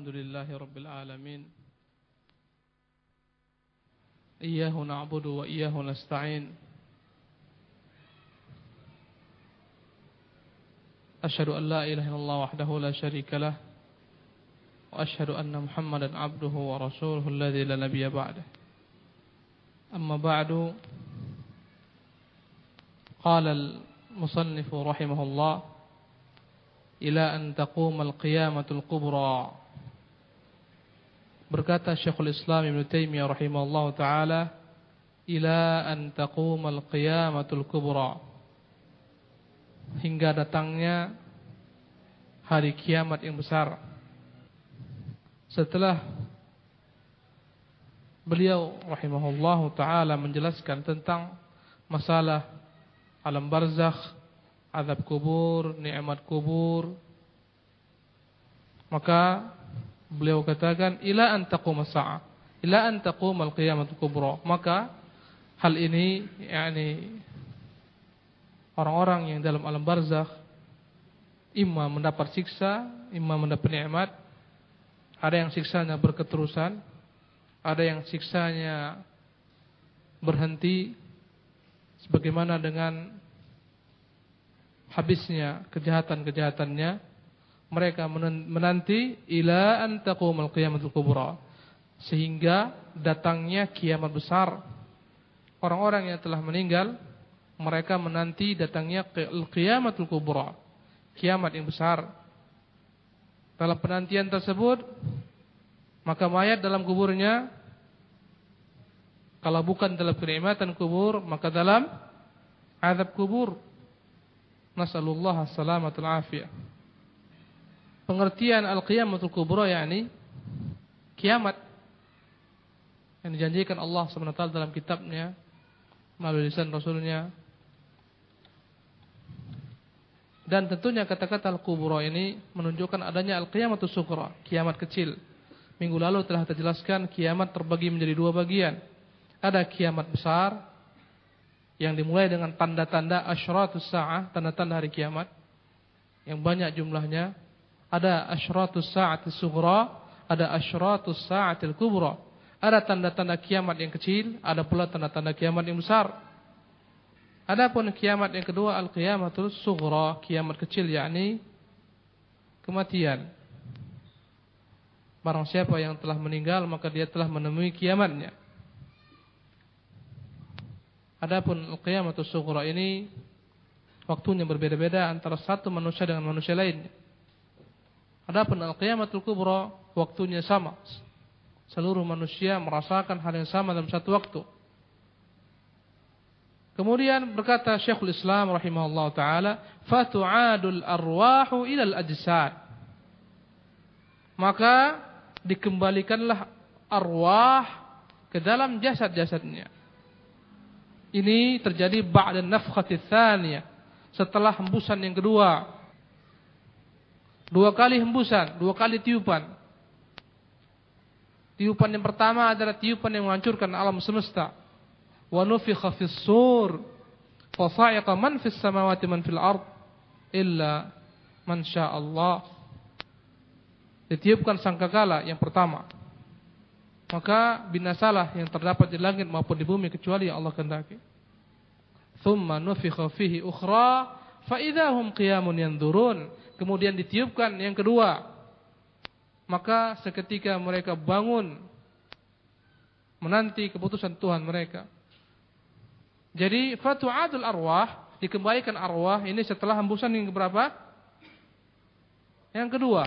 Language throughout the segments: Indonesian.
Alhamdulillahi Rabbil Alamin. Iyyahu na'budu wa iyyahu nasta'in. Asyhadu an la ilaha illallah wahdahu la syarika lah. Wa asyhadu anna Muhammadan abduhu wa rasuluhu alladzi la nabiyya ba'dah. Amma ba'du. Qala al-musannif rahimahullah ila an taquma al-qiyamatul kubra. Berkata Syekhul Islam Ibnu Taimiyah rahimahullah taala, ila an taquma al-qiyamatul kubra, hingga datangnya hari kiamat yang besar. Setelah beliau rahimahullah taala menjelaskan tentang masalah alam barzakh, azab kubur, nikmat kubur, maka beliau katakan ila an taqum as-sa'ah, ila an taqum al-qiyamatul kubra. Maka hal ini yakni orang-orang yang dalam alam barzakh imma mendapat siksa, imma mendapat nikmat. Ada yang siksanya berketerusan, ada yang siksanya berhenti sebagaimana dengan habisnya kejahatan-kejahatannya. Mereka menanti ila an taqumul qiyamatul kubra, sehingga datangnya kiamat besar. Orang-orang yang telah meninggal, mereka menanti datangnya qiyamatul kubra, kiamat yang besar. Dalam penantian tersebut, maka mayat dalam kuburnya, kalau bukan dalam kenikmatan kubur, maka dalam azab kubur. Nasallallahu as-salamatul afiyah. Pengertian al-qiyamatul kubra yakni kiamat yang dijanjikan Allah SWT dalam kitabnya melalui lisan Rasulnya. Dan tentunya kata-kata al-kubra ini menunjukkan adanya al-qiyamatus sughra, kiamat kecil. Minggu lalu telah terjelaskan kiamat terbagi menjadi dua bagian. Ada kiamat besar yang dimulai dengan tanda-tanda asyratus sa'ah, tanda-tanda hari kiamat yang banyak jumlahnya. Ada asyratus sa'atis sughra, ada asyratus sa'atil kubra. Ada tanda-tanda kiamat yang kecil, ada pula tanda-tanda kiamat yang besar. Adapun kiamat yang kedua al-qiyamatul sughra, kiamat kecil yakni kematian. Barang siapa yang telah meninggal maka dia telah menemui kiamatnya. Adapun al-qiyamatul sughra ini waktunya berbeda-beda antara satu manusia dengan manusia lainnya. Adapun al-qiyamatul kubra waktunya sama. Seluruh manusia merasakan hal yang sama dalam satu waktu. Kemudian berkata Syekhul Islam rahimahullah taala, fatu'adul arwahu ilal ajsad. Maka dikembalikanlah arwah ke dalam jasad-jasadnya. Ini terjadi ba'da nafkhati tsaniyah, setelah hembusan yang kedua. Dua kali hembusan, dua kali tiupan. Tiupan yang pertama adalah tiupan yang menghancurkan alam semesta. Wa nufikha fis sur, fa sa'iqa man fis samawati man fil ard illa man syaa Allah. Ditiupkan sangkakala yang pertama. Maka binasalah yang terdapat di langit maupun di bumi kecuali yang Allah kehendaki. Tsumma nufikha fihi ukhra fa idzahum qiyamun yanzurun. Kemudian ditiupkan yang kedua. Maka seketika mereka bangun menanti keputusan Tuhan mereka. Jadi fatu'adul arwah, dikembalikan arwah ini setelah hembusan yang keberapa? Yang kedua.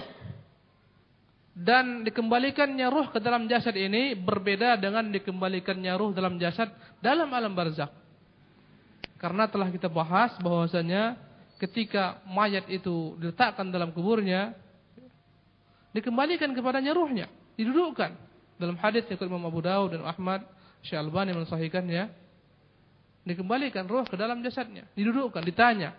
Dan dikembalikannya ruh ke dalam jasad ini berbeda dengan dikembalikannya ruh dalam jasad dalam alam barzakh. Karena telah kita bahas bahwasanya ketika mayat itu diletakkan dalam kuburnya, dikembalikan kepadanya ruhnya, didudukkan. Dalam hadis yang Imam Abu Dawud dan Ahmad, Syekh Albani mensahihkannya, dikembalikan ruh ke dalam jasadnya, didudukkan, ditanya.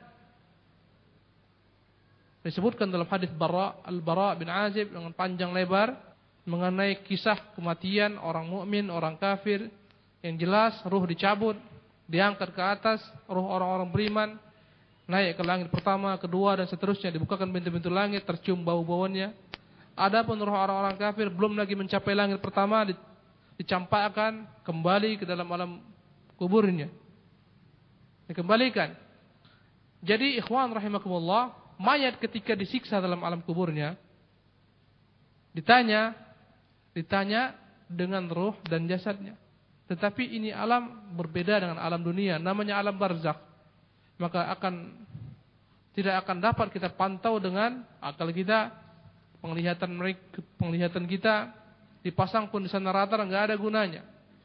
Disebutkan dalam hadis Al-Bara bin Azib dengan panjang lebar mengenai kisah kematian orang mukmin, orang kafir. Yang jelas ruh dicabut, diangkat ke atas, ruh orang-orang beriman naik ke langit pertama, kedua dan seterusnya, dibukakan pintu-pintu langit, tercium bau-bauannya. Adapun roh orang-orang kafir belum lagi mencapai langit pertama, dicampakkan kembali ke dalam alam kuburnya. Dikembalikan. Jadi ikhwan rahimakumullah, mayat ketika disiksa dalam alam kuburnya, ditanya dengan ruh dan jasadnya. Tetapi ini alam berbeda dengan alam dunia, namanya alam barzakh. Maka tidak akan dapat kita pantau dengan akal kita, penglihatan kita, dipasang pun di sana rata enggak ada gunanya.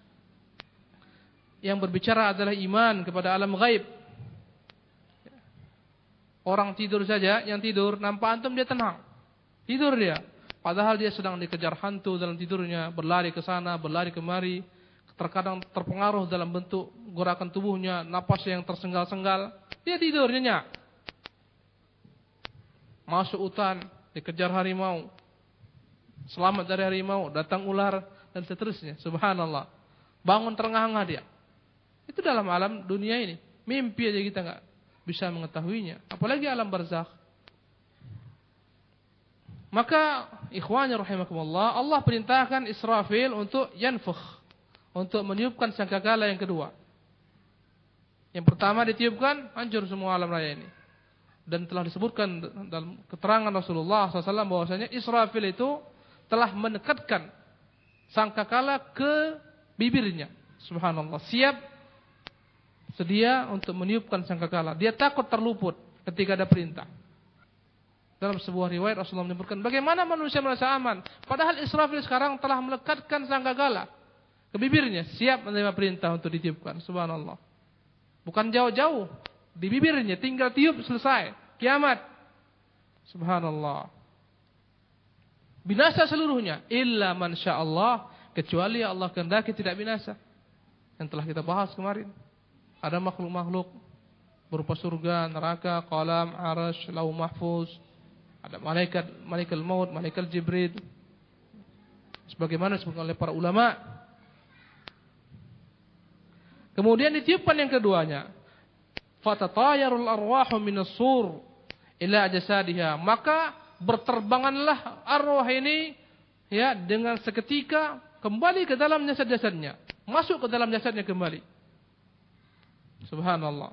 Yang berbicara adalah iman kepada alam gaib. Orang tidur saja, yang tidur nampak antum dia tenang. Tidur dia. Padahal dia sedang dikejar hantu dalam tidurnya, berlari ke sana, berlari kemari, terkadang terpengaruh dalam bentuk gerakan tubuhnya, napas yang tersenggal-senggal. Dia tidur nyenyak. Masuk hutan, dikejar harimau, selamat dari harimau, datang ular dan seterusnya. Subhanallah. Bangun terengah-engah dia. Itu dalam alam dunia ini. Mimpi aja kita nggak bisa mengetahuinya. Apalagi alam barzakh. Maka ikhwanya rahimakumullah, Allah perintahkan Israfil untuk yanfukh, untuk meniupkan sangkakala yang kedua. Yang pertama ditiupkan, hancur semua alam raya ini. Dan telah disebutkan dalam keterangan Rasulullah SAW bahwasanya Israfil itu telah mendekatkan sangkakala ke bibirnya. Subhanallah, siap sedia untuk meniupkan sangkakala. Dia takut terluput ketika ada perintah. Dalam sebuah riwayat Rasulullah menyebutkan bagaimana manusia merasa aman, padahal Israfil sekarang telah melekatkan sangkakala ke bibirnya, siap menerima perintah untuk ditiupkan. Subhanallah. Bukan jauh-jauh, di bibirnya tinggal tiup, selesai, kiamat. Subhanallah. Binasa seluruhnya, illa man sya'allah, kecuali Allah kehendaki tidak binasa. Yang telah kita bahas kemarin. Ada makhluk-makhluk berupa surga, neraka, qalam, arasy, lauh mahfuz. Ada malaikat maut, malaikat Jibril. Sebagaimana disebutkan oleh para ulama. Kemudian ditiupkan yang keduanya. Fatatayarul arwahu minas sur ila ajsadiha. Maka berterbanganlah arwah ini ya dengan seketika kembali ke dalam jasad-jasadnya. Masuk ke dalam jasadnya kembali. Subhanallah.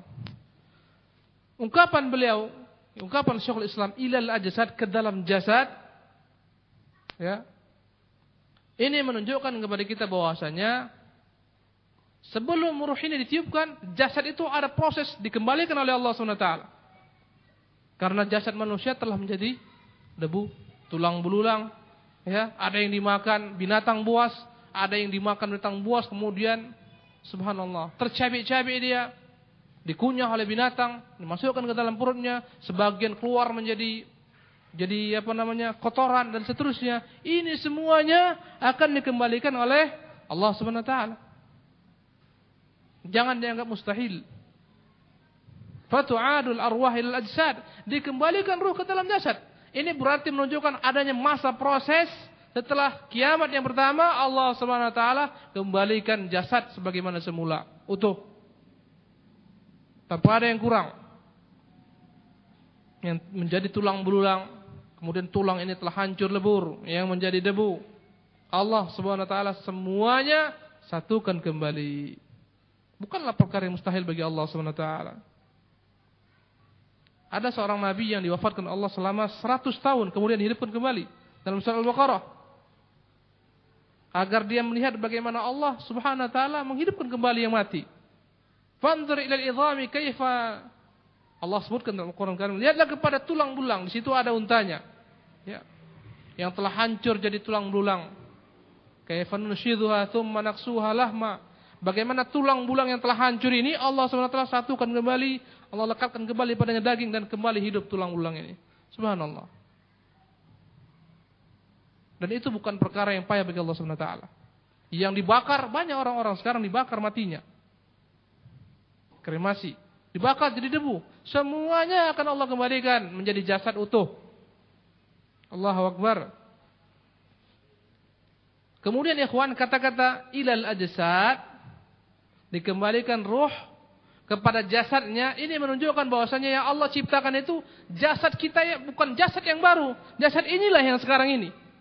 Ungkapan Syekhul Islam ilal ajsad, ke dalam jasad, ya. Ini menunjukkan kepada kita bahwasanya sebelum ruh ini ditiupkan, jasad itu ada proses dikembalikan oleh Allah SWT. Karena jasad manusia telah menjadi debu, tulang belulang, ya. Ada yang dimakan binatang buas, ada yang dimakan binatang buas, kemudian subhanallah tercabik-cabik dia, dikunyah oleh binatang, dimasukkan ke dalam perutnya, sebagian keluar menjadi kotoran dan seterusnya. Ini semuanya akan dikembalikan oleh Allah Subhanahu wa taala. Jangan dianggap mustahil. Fatu'adul arwah ilal ajsad, dikembalikan ruh ke dalam jasad. Ini berarti menunjukkan adanya masa proses setelah kiamat yang pertama. Allah Subhanahu wa taala kembalikan jasad sebagaimana semula, utuh. Tanpa ada yang kurang, yang menjadi tulang belulang, kemudian tulang ini telah hancur lebur, yang menjadi debu. Allah Subhanahu wa taala semuanya satukan kembali. Bukanlah perkara yang mustahil bagi Allah Subhanahu wa taala. Ada seorang nabi yang diwafatkan Allah selama 100 tahun, kemudian dihidupkan kembali dalam surah Al-Baqarah. Agar dia melihat bagaimana Allah Subhanahu wa taala menghidupkan kembali yang mati. Fanzur ilal idhami kaifa, Allah sebutkan dalam Al-Quran Karim, lihatlah kepada tulang belulang, di situ ada untanya, ya, yang telah hancur jadi tulang belulang. Kaifa nusyidhuha tsumma naksuha lahma, bagaimana tulang belulang yang telah hancur ini Allah SWT satukan kembali, Allah lekatkan kembali padanya daging dan kembali hidup tulang belulang ini. Subhanallah. Dan itu bukan perkara yang payah bagi Allah SWT. Yang dibakar, banyak orang-orang sekarang dibakar matinya, kremasi, dibakar jadi debu. Semuanya akan Allah kembalikan menjadi jasad utuh. Allahu Akbar. Kemudian ikhwan, kata-kata ilal ajsad, dikembalikan ruh kepada jasadnya, ini menunjukkan bahwasanya yang Allah ciptakan itu jasad kita, ya, bukan jasad yang baru. Jasad inilah yang sekarang ini.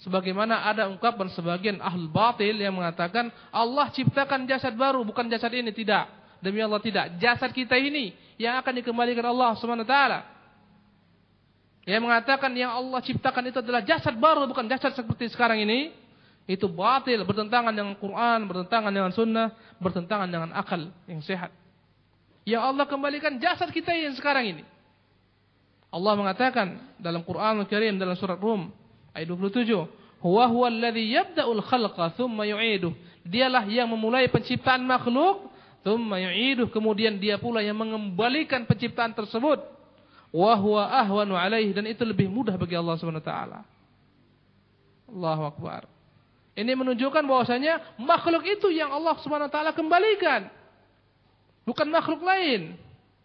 Sebagaimana ada ungkapan sebagian ahlul batil yang mengatakan Allah ciptakan jasad baru, bukan jasad ini. Tidak. Demi Allah tidak. Jasad kita ini yang akan dikembalikan Allah Subhanahu wa taala. Yang mengatakan yang Allah ciptakan itu adalah jasad baru, bukan jasad seperti sekarang ini. Itu batil, bertentangan dengan Quran, bertentangan dengan sunnah, bertentangan dengan akal yang sehat. Yang Allah kembalikan jasad kita yang sekarang ini. Allah mengatakan dalam Quran Al-Karim dalam surat Rum ayat 27, huwa alladhi yabda'ul khalqa thumma yu'iduh. Dialah yang memulai penciptaan makhluk, thumma yu'iduh, kemudian dia pula yang mengembalikan penciptaan tersebut. Wa huwa ahwanu alaihi, dan itu lebih mudah bagi Allah Subhanahu wa taala. Allahu akbar. Ini menunjukkan bahwasanya makhluk itu yang Allah Subhanahu wa taala kembalikan, bukan makhluk lain.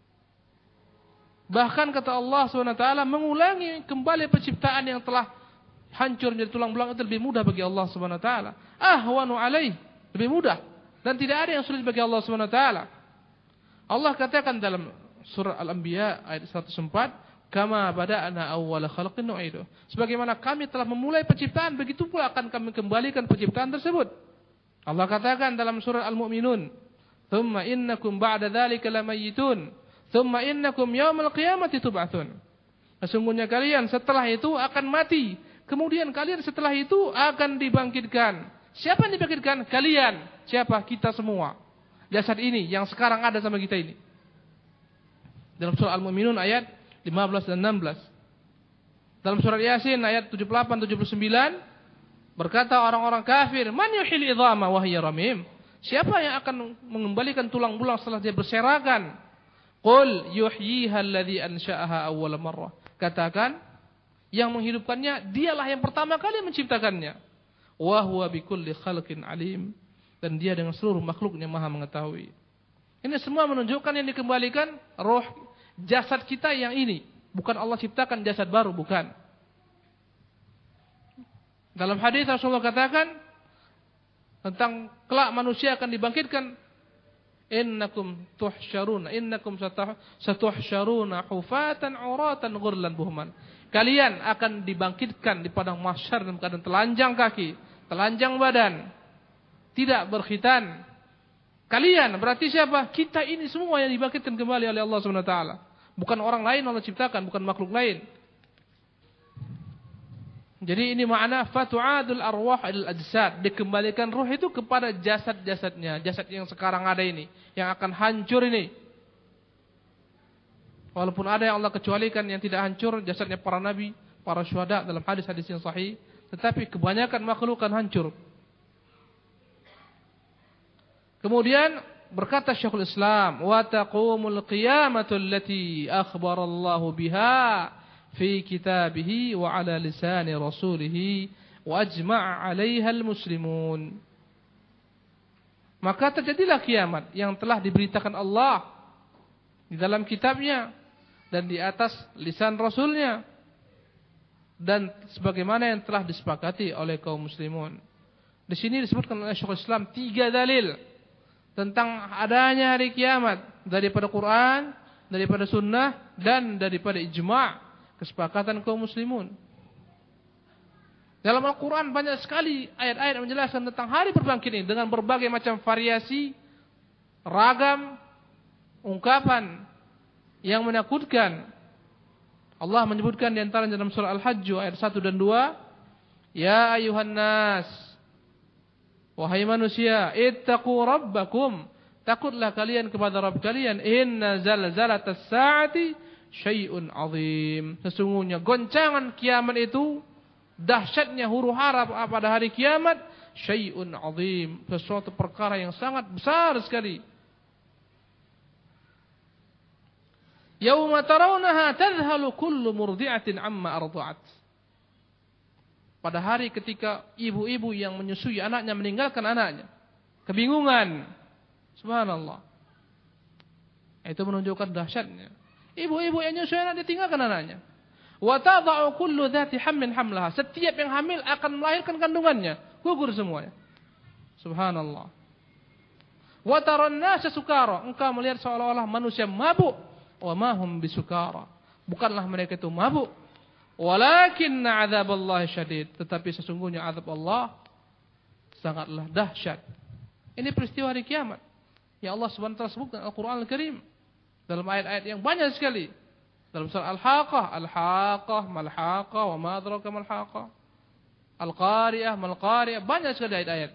Bahkan kata Allah Subhanahu wa taala mengulangi kembali penciptaan yang telah hancur menjadi tulang belang itu lebih mudah bagi Allah Subhanahu wa taala. Ahwanu alaih, lebih mudah, dan tidak ada yang sulit bagi Allah Subhanahu wa taala. Allah katakan dalam surah Al-Anbiya ayat 104, kama bada'na awwala khalqin nu'iduh. Sebagaimana kami telah memulai penciptaan, begitu pula akan kami kembalikan penciptaan tersebut. Allah katakan dalam surah Al-Mu'minun, thumma innakum ba'da dzalika lamayyitun, thumma innakum yaumal qiyamati tub'atsun. Sesungguhnya kalian setelah itu akan mati, kemudian kalian setelah itu akan dibangkitkan. Siapa yang dibangkitkan? Kalian. Siapa? Kita semua. Jasad ini yang sekarang ada sama kita ini. Dalam surah Al-Mu'minun ayat 15 dan 16. Dalam surat Yasin ayat 78-79 berkata orang-orang kafir, man yuhil idhama wa hiya ramim. Siapa yang akan mengembalikan tulang belulang setelah dia berserakan? Qul yuhyiha alladhi ansha'aha awwal marrah. Katakan, yang menghidupkannya dialah yang pertama kali menciptakannya. Wa huwa bikulli khalqin alim, dan dia dengan seluruh makhluknya maha mengetahui. Ini semua menunjukkan yang dikembalikan roh jasad kita yang ini, bukan Allah ciptakan jasad baru, bukan. Dalam hadis Rasulullah katakan tentang kelak manusia akan dibangkitkan, innakum satuhsyaruna hufatan uratan ghurlan buhman. Kalian akan dibangkitkan di padang mahsyar dalam keadaan telanjang kaki, telanjang badan, tidak berkhitan. Kalian berarti siapa? Kita ini semua yang dibangkitkan kembali oleh Allah Subhanahu wa taala. Bukan orang lain Allah ciptakan, bukan makhluk lain. Jadi ini makna fatu'adul arwah ilal ajsad, dikembalikan ruh itu kepada jasad-jasadnya, jasad yang sekarang ada ini, yang akan hancur ini. Walaupun ada yang Allah kecualikan yang tidak hancur, jasadnya para nabi, para syuhada dalam hadis-hadis yang sahih, tetapi kebanyakan makhluk akan hancur. Kemudian berkata Syekhul Islam, wa taqumul qiyamatu allati akhbarallahu biha fi kitabih wa ala lisani rasulih wa ajma'a 'alaiha almuslimun. Maka terjadilah kiamat yang telah diberitakan Allah di dalam kitabnya dan di atas lisan rasulnya, dan sebagaimana yang telah disepakati oleh kaum muslimun. Di sini disebutkan oleh Syekhul Islam 3 dalil tentang adanya hari kiamat daripada Quran, daripada sunnah, dan daripada ijma' kesepakatan kaum muslimun. Dalam Al-Quran banyak sekali ayat-ayat menjelaskan tentang hari berbangkit ini dengan berbagai macam variasi, ragam, ungkapan yang menakutkan. Allah menyebutkan di antara dalam surah Al-Hajj ayat 1 dan 2, ya ayuhan nas, wahai manusia, ittaqu rabbakum, takutlah kalian kepada Rabb kalian, inna zalzalatas saati syai'un azim. Sesungguhnya goncangan kiamat itu, dahsyatnya huru-hara pada hari kiamat, syai'un azim, sesuatu perkara yang sangat besar sekali. Yauma tarawunaha tadhhalu kullu murdi'atin amma arda'at. Pada hari ketika ibu-ibu yang menyusui anaknya meninggalkan anaknya, kebingungan. Subhanallah. Itu menunjukkan dahsyatnya. Ibu-ibu yang menyusui anak ditinggalkan anaknya. Wa tada'u kullu dzati hamlin hamlaha. Setiap yang hamil akan melahirkan kandungannya, gugur semuanya. Subhanallah. Wa taran nasa sukara. Engkau melihat seolah-olah manusia mabuk. Wa ma hum bisukara. Bukanlah mereka itu mabuk. Walakinna 'adzaballahi syadid. Tetapi sesungguhnya azab Allah sangatlah dahsyat. Ini peristiwa hari kiamat. Ya Allah Subhanahu wa taala sebutkan Al-Qur'an Al-Karim dalam ayat-ayat yang banyak sekali. Dalam surah Al-Haqqah, Al-Haqqah, Mal-Haqqah, wa ma adraka Mal-Haqqah, Al-Qari'ah, Mal-Qari'ah, banyak sekali ayat-ayat.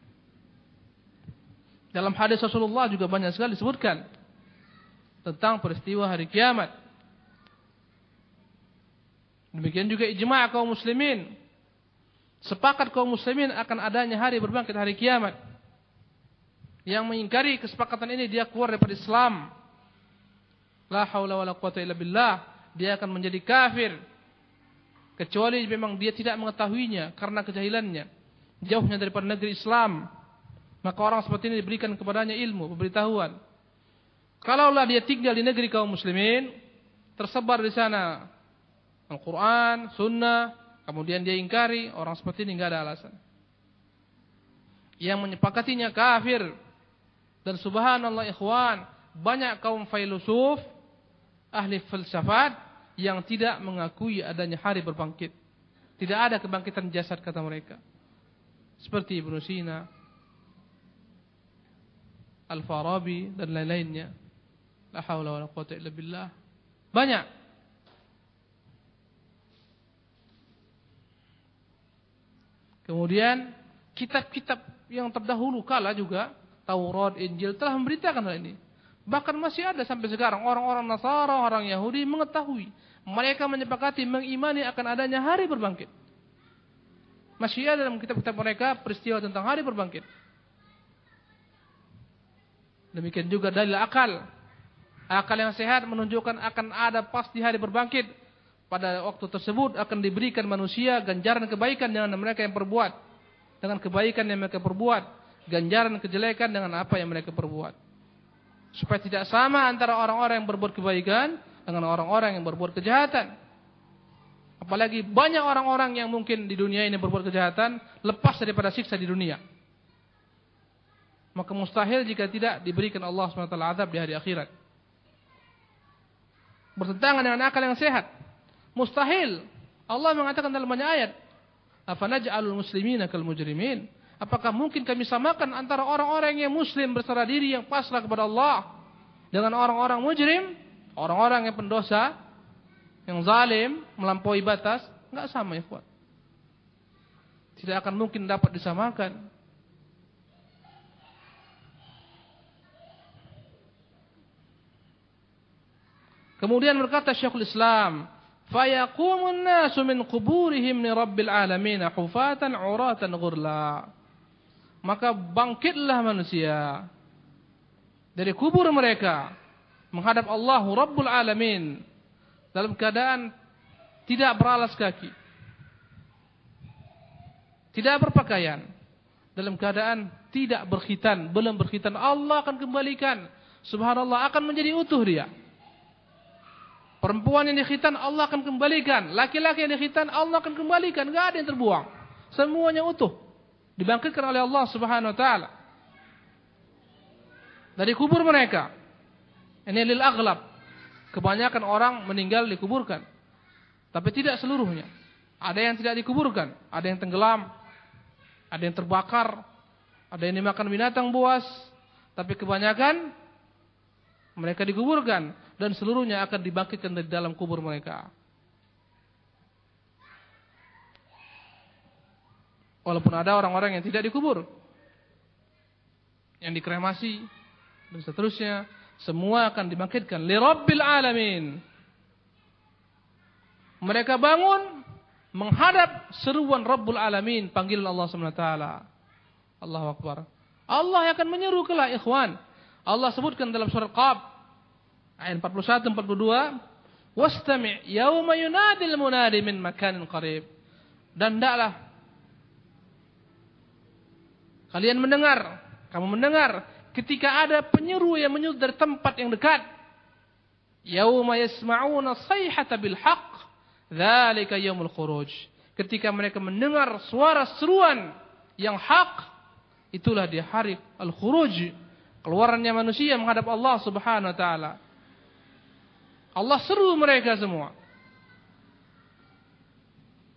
Dalam hadis Rasulullah juga banyak sekali disebutkan tentang peristiwa hari kiamat. Demikian juga ijma' kaum muslimin. Sepakat kaum muslimin akan adanya hari berbangkit hari kiamat. Yang mengingkari kesepakatan ini dia keluar daripada Islam. La haula wala quwata illa billah. Dia akan menjadi kafir. Kecuali memang dia tidak mengetahuinya karena kejahilannya. Jauhnya daripada negeri Islam. Maka orang seperti ini diberikan kepadanya ilmu, pemberitahuan. Kalaulah dia tinggal di negeri kaum muslimin, tersebar di sana Al-Quran, Sunnah, kemudian dia ingkari, orang seperti ini tidak ada alasan. Yang menyepakatinya kafir. Dan subhanallah ikhwan, banyak kaum filosof, ahli filsafat yang tidak mengakui adanya hari berbangkit. Tidak ada kebangkitan jasad kata mereka. Seperti Ibnu Sina, Al-Farabi dan lain-lainnya. La haula wala quwata illa billah. Banyak. Kemudian kitab-kitab yang terdahulu kala juga, Taurat, Injil telah memberitakan hal ini. Bahkan masih ada sampai sekarang orang-orang Nasara, orang Yahudi mengetahui. Mereka menyepakati mengimani akan adanya hari berbangkit. Masih ada dalam kitab-kitab mereka peristiwa tentang hari berbangkit. Demikian juga dalil akal. Akal yang sehat menunjukkan akan ada pasti hari berbangkit. Pada waktu tersebut akan diberikan manusia ganjaran kebaikan dengan mereka yang perbuat. Dengan kebaikan yang mereka perbuat. Ganjaran kejelekan dengan apa yang mereka perbuat. Supaya tidak sama antara orang-orang yang berbuat kebaikan dengan orang-orang yang berbuat kejahatan. Apalagi banyak orang-orang yang mungkin di dunia ini berbuat kejahatan lepas daripada siksa di dunia. Maka mustahil jika tidak diberikan Allah SWT azab di hari akhirat. Bertentangan dengan akal yang sehat. Mustahil. Allah mengatakan dalam banyak ayat, afanaj'alul muslimina kal mujrimin? Apakah mungkin kami samakan antara orang-orang yang muslim berserah diri yang pasrah kepada Allah dengan orang-orang mujrim, orang-orang yang pendosa, yang zalim, melampaui batas? Enggak sama ya, ikhwan. Tidak akan mungkin dapat disamakan. Kemudian berkata Syekhul Islam, fayaqumun nasu min quburihim li rabbil alamin hufatan uratan ghurla. Maka bangkitlah manusia dari kubur mereka menghadap Allah Rabbul Alamin dalam keadaan tidak beralas kaki, tidak berpakaian, dalam keadaan tidak berkhitan, belum berkhitan. Allah akan kembalikan, subhanallah, akan menjadi utuh dia. Perempuan yang dikhitan Allah akan kembalikan, laki-laki yang dikhitan Allah akan kembalikan, enggak ada yang terbuang, semuanya utuh. Dibangkitkan oleh Allah Subhanahu wa taala dari kubur mereka. Ini lil aghlab. Kebanyakan orang meninggal dikuburkan. Tapi tidak seluruhnya. Ada yang tidak dikuburkan, ada yang tenggelam, ada yang terbakar, ada yang dimakan binatang buas, tapi kebanyakan mereka dikuburkan dan seluruhnya akan dibangkitkan dari dalam kubur mereka. Walaupun ada orang-orang yang tidak dikubur, yang dikremasi dan seterusnya, semua akan dibangkitkan li rabbil alamin. Mereka bangun menghadap seruan Rabbul Alamin, panggilan Allah SWT. Allahu Akbar. Allah akan menyeru kelak, ikhwan. Allah sebutkan dalam surat Qaf ayat 41 42, wastami' yauma yunadil munadi min makanin qarib. Dan hendaklah kalian mendengar, kamu mendengar ketika ada penyeru yang menyeru dari tempat yang dekat. Yauma yasma'una sayhata bil haqq, dzalika yaumul khuruj. Ketika mereka mendengar suara seruan yang hak, itulah dia hari al-khuruj, keluarannya manusia menghadap Allah Subhanahu wa taala. Allah seru mereka semua.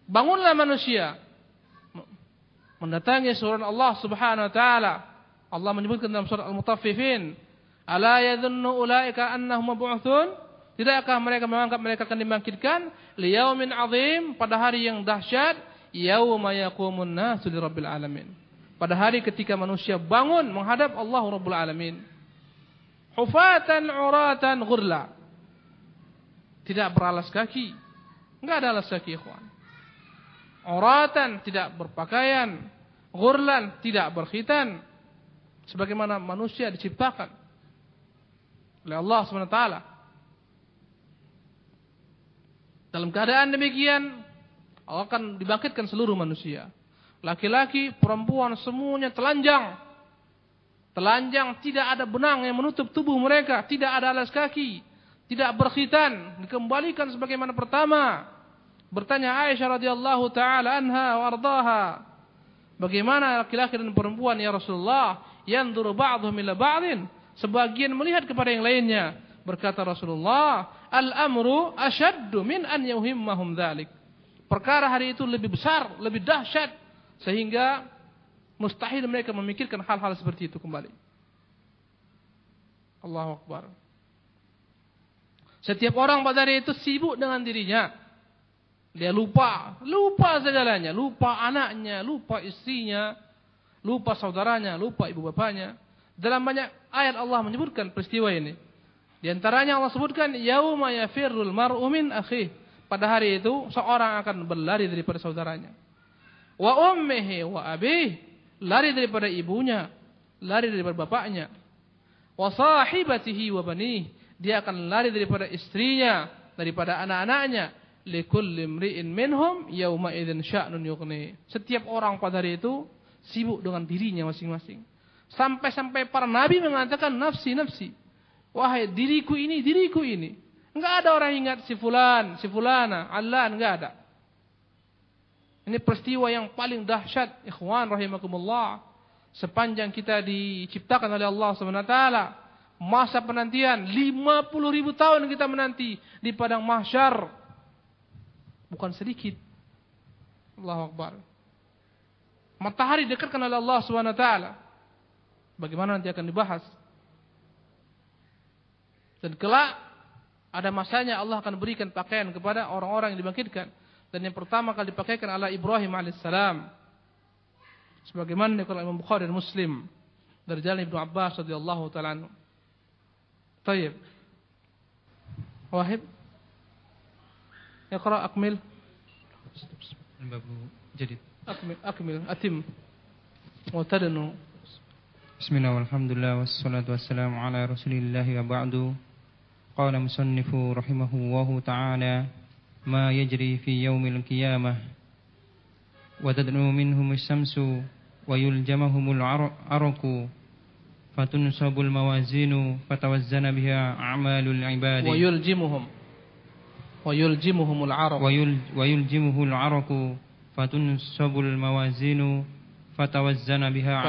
Bangunlah manusia mendatangi surah Allah Subhanahu wa taala. Allah menyebutkan dalam surah Al-Mutaffifin, "Ala yadhunnu ulaika annahum mab'utsun?" Tidakkah mereka menganggap mereka akan dibangkitkan liyaumin azim, pada hari yang dahsyat, yauma yaqumun nasu lirabbil alamin. Pada hari ketika manusia bangun menghadap Allah Rabbul Alamin. Hufatan uratan ghurla. Tidak beralas kaki. Enggak ada alas kaki, ikhwan. Uratan, tidak berpakaian. Ghurlan, tidak berkhitan. Sebagaimana manusia diciptakan oleh Allah SWT. Dalam keadaan demikian, Allah akan dibangkitkan seluruh manusia. Laki-laki, perempuan, semuanya telanjang. Telanjang, tidak ada benang yang menutup tubuh mereka. Tidak ada alas kaki. Tidak berkhitan. Dikembalikan sebagaimana pertama. Bertanya Aisyah radhiyallahu ta'ala anha wa ardaha, bagaimana laki-laki dan perempuan ya Rasulullah? Yanzuru ba'dhum ila ba'dhin. Sebagian melihat kepada yang lainnya. Berkata Rasulullah, al-amru ashaddu min an yuhimmahum dzalik. Perkara hari itu lebih besar, lebih dahsyat, sehingga mustahil mereka memikirkan hal-hal seperti itu kembali. Allahu Akbar. Setiap orang pada hari itu sibuk dengan dirinya. Dia lupa segalanya, lupa anaknya, lupa istrinya, lupa saudaranya, lupa ibu bapaknya. Dalam banyak ayat Allah menyebutkan peristiwa ini. Di antaranya Allah sebutkan yauma yafirrul mar'u min akhih. Pada hari itu seorang akan berlari daripada saudaranya. Wa ummihi wa abih, lari daripada ibunya, lari daripada bapaknya. Wa sahibatihi wa banih, dia akan lari daripada istrinya, daripada anak-anaknya. Likulli imri'in minhum yauma idzin sya'nun yughni. Setiap orang pada hari itu sibuk dengan dirinya masing-masing. Sampai-sampai para nabi mengatakan nafsi, nafsi. Wahai diriku ini, diriku ini. Enggak ada orang ingat si fulan, si fulana, allan, enggak ada. Ini peristiwa yang paling dahsyat, ikhwan rahimakumullah. Sepanjang kita diciptakan oleh Allah SWT, masa penantian 50.000 tahun kita menanti di padang mahsyar. Bukan sedikit. Allahu Akbar. Matahari dekatkan oleh Allah SWT. Bagaimana nanti akan dibahas. Dan kelak ada masanya Allah akan berikan pakaian kepada orang-orang yang dibangkitkan. Dan yang pertama kali dipakaikan adalah Ibrahim alaihissalam. Sebagaimana dikatakan Imam Bukhari dan Muslim dari jalan Ibnu Abbas radhiyallahu taala anhu. Baik. Wahib. Iqra akmil. Babu jadid. Akmil atim. Wa tadnu. Bismillah walhamdulillah wassalatu wassalamu ala Rasulillah wa ba'du. Qala musannifu rahimahullahu ta'ala ma yajri fi yaumil qiyamah wa tadnu minhum asy-syamsu wa yuljamahumul araqu fatunsabul mawazinu fatawazzana biha a'malul ibadi wa yuljimuhumul araqu fatunsabul mawazinu fatawazzana biha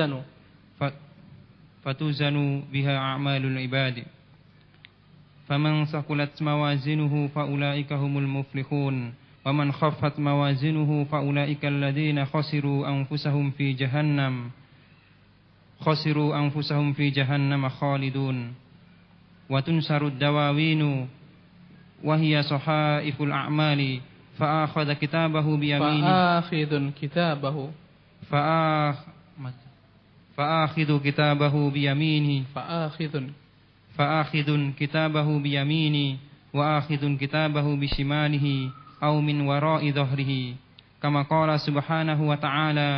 fatuzanu biha a'malul ibadi faman saqulat mawazinuhu faulaika humul muflihun wa man khaffat mawazinuhu faulaika alladziina khasiru anfusahum fi jahannam khalidun wa tunsarud dawawinu wa hiya sahaiful a'mali fa akhadha kitabahu bi yaminihi فآخذ كتابه بيمينه وآخذ كتابه بشماله أو من وراء ظهره كما قال سبحانه وتعالى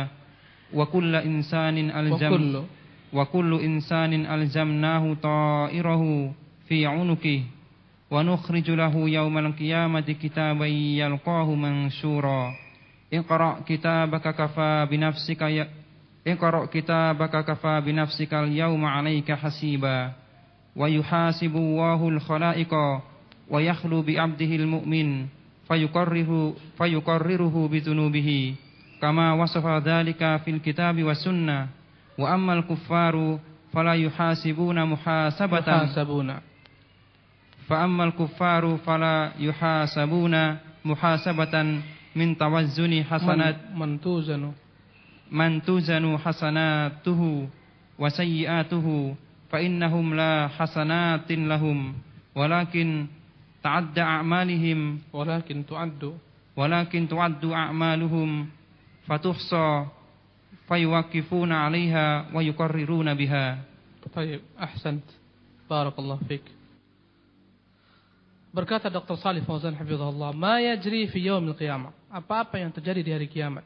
وكل إنسان ألزمناه طائره في عنقه ونخرج له يوم القيامة كتابا يلقاه منشورا اقرأ كتابك كفى بنفسك اليوم عليك حسيبا ويحاسب الله الخلائق ويخلو بعبده المؤمن فيقرره بذنوبه كما وصف ذلك في الكتاب والسنة وأما الكفار فلا يحاسبون محاسبة min tawazzuni hasanat man tuzanu hasanatuhu wa sayyi'atuhu fa innahum la hasanatin lahum walakin tu'addu a'maluhum fatuhsa fayuwaqifuna 'alaiha wa yuqarriruna biha. Baik, ahsant. Barakallahu fik. Berkata Dr. Shalih Fauzan hafizahullah, ma yajri fi yaumil qiyamah, apa-apa yang terjadi di hari kiamat.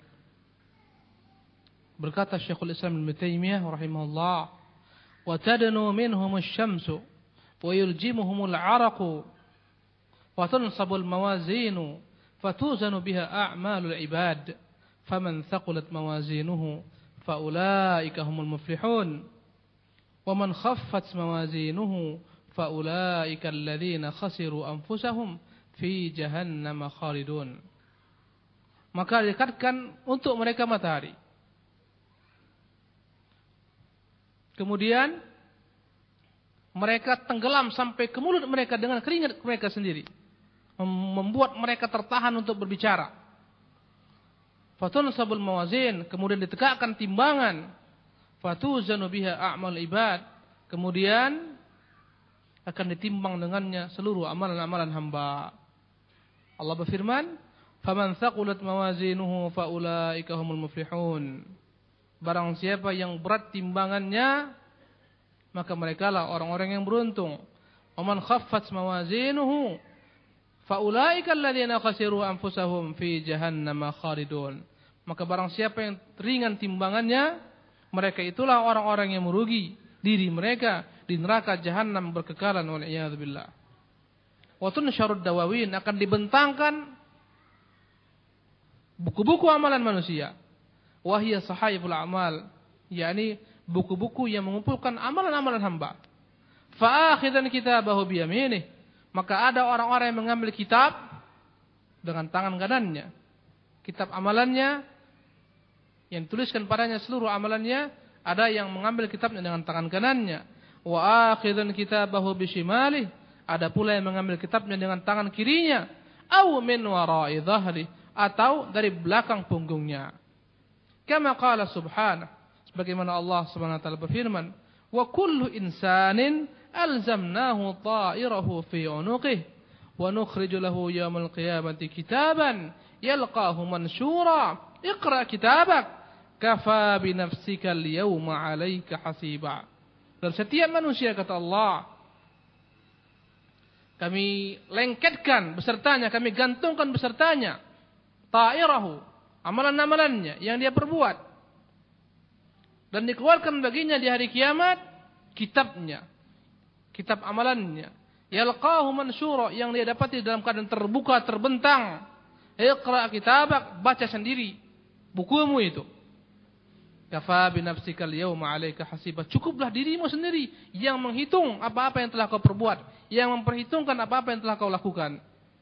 Berkata Syekhul Islam Ibnu Taimiyah rahimahullah, wa tadnu minhum asy-syamsu wa yuljimuhumul 'araqu wa tunsabul mawazinu fatuzanu biha a'malul ibad faman thaqulat mawazinuhu faulaika humul muflihun wa man khaffat mawazinuhu faulaika alladziina khasiru anfusahum fi jahannam khalidun. Maka dekatkan untuk mereka matahari. Kemudian mereka tenggelam sampai ke mulut mereka dengan keringat mereka sendiri, membuat mereka tertahan untuk berbicara. Fatunsabul mawazin, kemudian ditegakkan timbangan. Fatuzanu biha a'mal ibad, kemudian akan ditimbang dengannya seluruh amalan-amalan hamba. Allah berfirman, "Faman thaqulat mawazinuhu faulaika humul muflihun." Barang siapa yang berat timbangannya, maka merekalah orang-orang yang beruntung. "Waman khaffat mawazinuhu faulaika alladziina khasiru anfusahum fi jahannam khalidun." Maka barang siapa yang ringan timbangannya, mereka itulah orang-orang yang merugi diri mereka di neraka jahanam berkekalan, wal iyad billah. Wa tunsyarud dawawin, akan dibentangkan buku-buku amalan manusia. Wahia sahaiful a'mal, yakni buku-buku yang mengumpulkan amalan-amalan hamba. Fa akhidan kitabahu bi yaminih, maka ada orang-orang yang mengambil kitab dengan tangan kanannya. Kitab amalannya yang dituliskan padanya seluruh amalannya, ada yang mengambil kitabnya dengan tangan kanannya. Wa akhidan kitabahu bi shimalih, ada pula yang mengambil kitabnya dengan tangan kirinya. Aw min wara'i dhahri, atau dari belakang punggungnya. Kama qala subhanahu, sebagaimana Allah Subhanahu wa taala berfirman, wa kullu insanin alzamnahu ta'irahu fi 'unuqihi wa nukhriju lahu yawmal qiyamati kitaban yalqahu mansyura iqra kitabak kafa bi nafsika al-yawma 'alaika hasiba. Dan setiap manusia, kata Allah, kami lengketkan besertanya, kami gantungkan besertanya ta'irahu, amalan-amalannya yang dia perbuat, dan dikeluarkan baginya di hari kiamat kitabnya, kitab amalannya, yalqahu mansyura, yang dia dapati dalam keadaan terbuka, terbentang. Iqra kitabak, baca sendiri bukumu itu. Kafa bi nafsikal yawma 'alaika hasiba, cukuplah dirimu sendiri yang menghitung apa-apa yang telah kau perbuat, yang memperhitungkan apa-apa yang telah kau lakukan.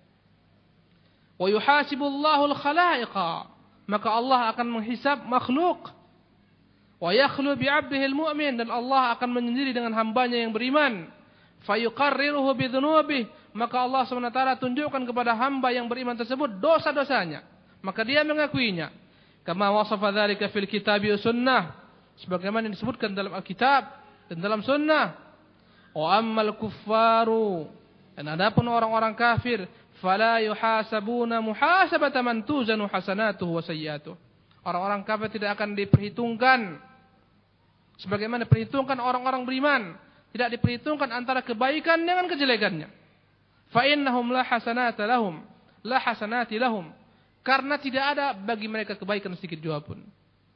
Wa yuhasibullahu al-khalaiqa, maka Allah akan menghisab makhluk. Wa yakhlu bi 'abdihi al-mu'min, dan Allah akan menyendiri dengan hambanya yang beriman. Fayuqarriruhu bi dhunubihi, maka Allah SWT tunjukkan kepada hamba yang beriman tersebut dosa-dosanya, maka dia mengakuinya. Kama wasafa dzalika fil kitabi was sunnah, sebagaimana disebutkan dalam Alkitab dan dalam sunnah. Wa ammal kuffaru, dan adapun orang-orang kafir, fala yuhasabuna muhasabata man tuzanu hasanatuhu wa sayyi'atuhu. Orang-orang kafir tidak akan diperhitungkan sebagaimana diperhitungkan orang-orang beriman, tidak diperhitungkan antara kebaikan dengan kejelekannya. Fa innahum la hasanata lahum, la hasanati lahum, karena tidak ada bagi mereka kebaikan sedikit jua pun.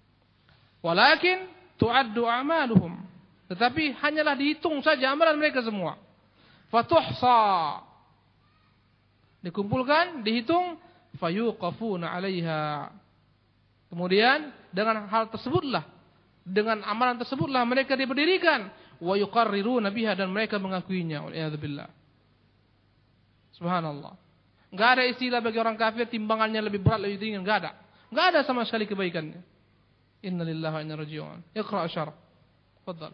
Walakin tu'addu a'maluhum, tetapi hanyalah dihitung saja amalan mereka semua. Fatuhsa, dikumpulkan, dihitung. Fayuqafuna 'alaiha, kemudian dengan hal tersebutlah, dengan amalan tersebutlah mereka diberdirikan. Wa yuqarriruna biha, dan mereka mengakuinya. Waliyadzubillah. Subhanallah. Enggak ada istilah bagi orang kafir timbangannya lebih berat, lebih ringan, enggak ada. Enggak ada sama sekali kebaikannya. Innalillahi wa inna ilaihi raji'un. Iqra syarh. Tafadhal.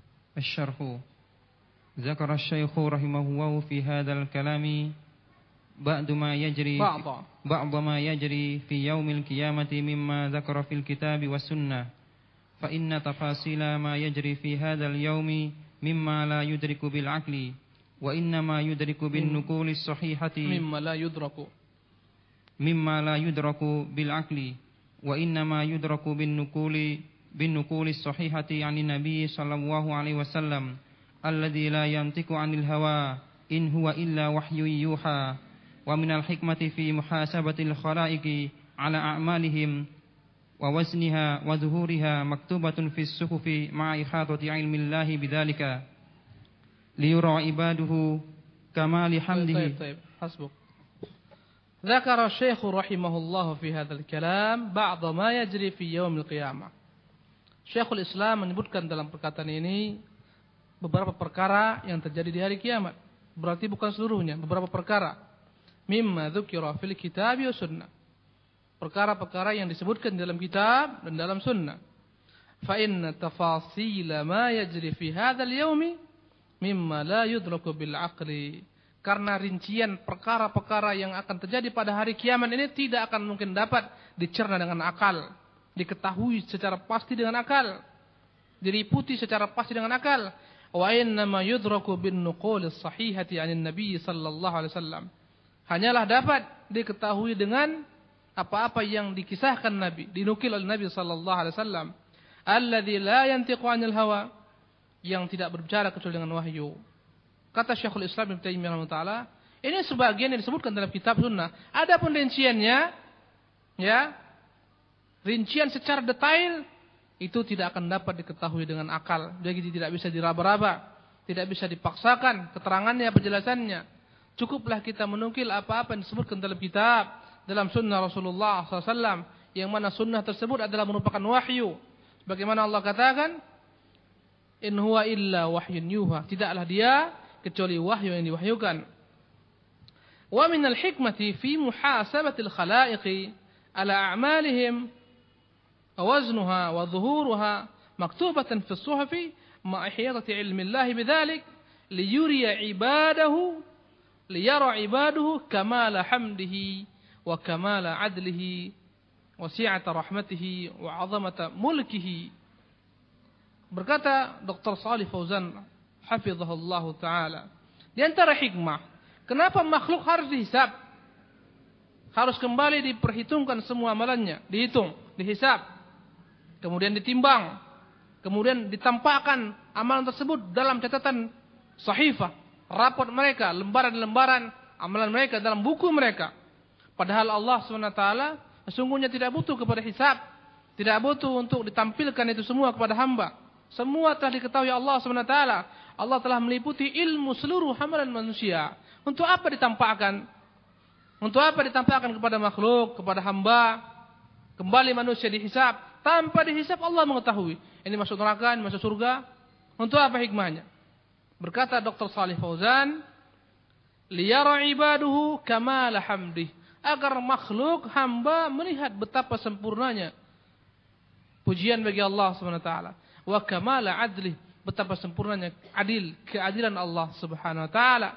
الشرح ذكر الشيخ رحمه الله في هذا الكلام بعض ما يجري في يوم القيامة مما ذكر في الكتاب والسنة فإن تفاصيل ما يجري في هذا اليوم مما لا يدرك بالعقل وإنما يدرك بالنقول الصحيحة مما لا يدرك بالعقل وإنما يدرك بالنقول الصحيحة عن النبي صلى الله عليه وسلم الذي لا ينطق عن الهوى إن هو إلا وحي يوحى ومن الحكمة في محاسبة الخلائق على أعمالهم ووزنها وظهورها مكتوبة في الصحف مع إحاطة علم الله بذلك ليرى عباده كمال حمده. طيب. حسبك. ذكر الشيخ رحمه الله في هذا الكلام بعض ما يجري في يوم القيامة. Syekhul Islam menyebutkan dalam perkataan ini beberapa perkara yang terjadi di hari kiamat. Berarti bukan seluruhnya, beberapa perkara. Mimma dzukira fil kitab wa sunnah. Perkara-perkara yang disebutkan dalam kitab dan dalam sunnah. Fa inna tafasila ma yajri fi hadzal yaumi mimma la yudraku bil aqli. Karena rincian perkara-perkara yang akan terjadi pada hari kiamat ini tidak akan mungkin dapat dicerna dengan akal, diketahui secara pasti dengan akal, diliputi secara pasti dengan akal. Wa inna ma yudraku bin nuqul as-sahihati 'anil nabiy sallallahu alaihi wasallam. Hanyalah dapat diketahui dengan apa-apa yang dikisahkan Nabi, dinukil oleh Nabi sallallahu alaihi wasallam, alladzi la yantiqu 'anil hawa, yang tidak berbicara kecuali dengan wahyu. Kata Syekhul Islam Ibnu Taimiyah rahimahullah, ini sebagian yang disebutkan dalam kitab sunnah. Adapun rinciannya, ya, rincian secara detail itu tidak akan dapat diketahui dengan akal. Jadi tidak bisa diraba-raba, tidak bisa dipaksakan keterangannya, penjelasannya. Cukuplah kita menukil apa-apa yang disebutkan dalam kitab, dalam sunnah Rasulullah SAW, yang mana sunnah tersebut adalah merupakan wahyu. Bagaimana Allah katakan, in huwa illa wahyun yuha, tidaklah dia kecuali wahyu yang diwahyukan. Wa minal hikmati fi muhasabatil khalaiqi ala a'malihim waznuha wa dhuhuruha maktubatan fi as-suhufi ma ihyatati ilmi Allah bidzalik liyura ibaduhu kamala hamdihi wa kamala adlihi wa si'ata rahmatihi wa 'azamata mulkihi. Berkata Dr. Shalih Fauzan hafizahullah ta'ala, di antara hikmah kenapa makhluk harus dihisab, harus kembali diperhitungkan semua amalannya, dihitung, dihisab, kemudian ditimbang, kemudian ditampakkan amalan tersebut dalam catatan sahifah, raport mereka, lembaran-lembaran amalan mereka dalam buku mereka. Padahal Allah SWT sesungguhnya tidak butuh kepada hisab, tidak butuh untuk ditampilkan itu semua kepada hamba. Semua telah diketahui Allah SWT. Allah telah meliputi ilmu seluruh hamalan manusia. Untuk apa ditampakkan? Untuk apa ditampakkan kepada makhluk, kepada hamba? Kembali manusia dihisab. Tanpa dihisab Allah mengetahui. Ini masuk neraka, ini masuk surga. Untuk apa hikmahnya? Berkata Dr. Shalih Fauzan, liyara ibaduhu kamala hamdih. Agar makhluk hamba melihat betapa sempurnanya pujian bagi Allah SWT. Wa kamala adlih, betapa sempurnanya keadilan Allah Subhanahu wa taala.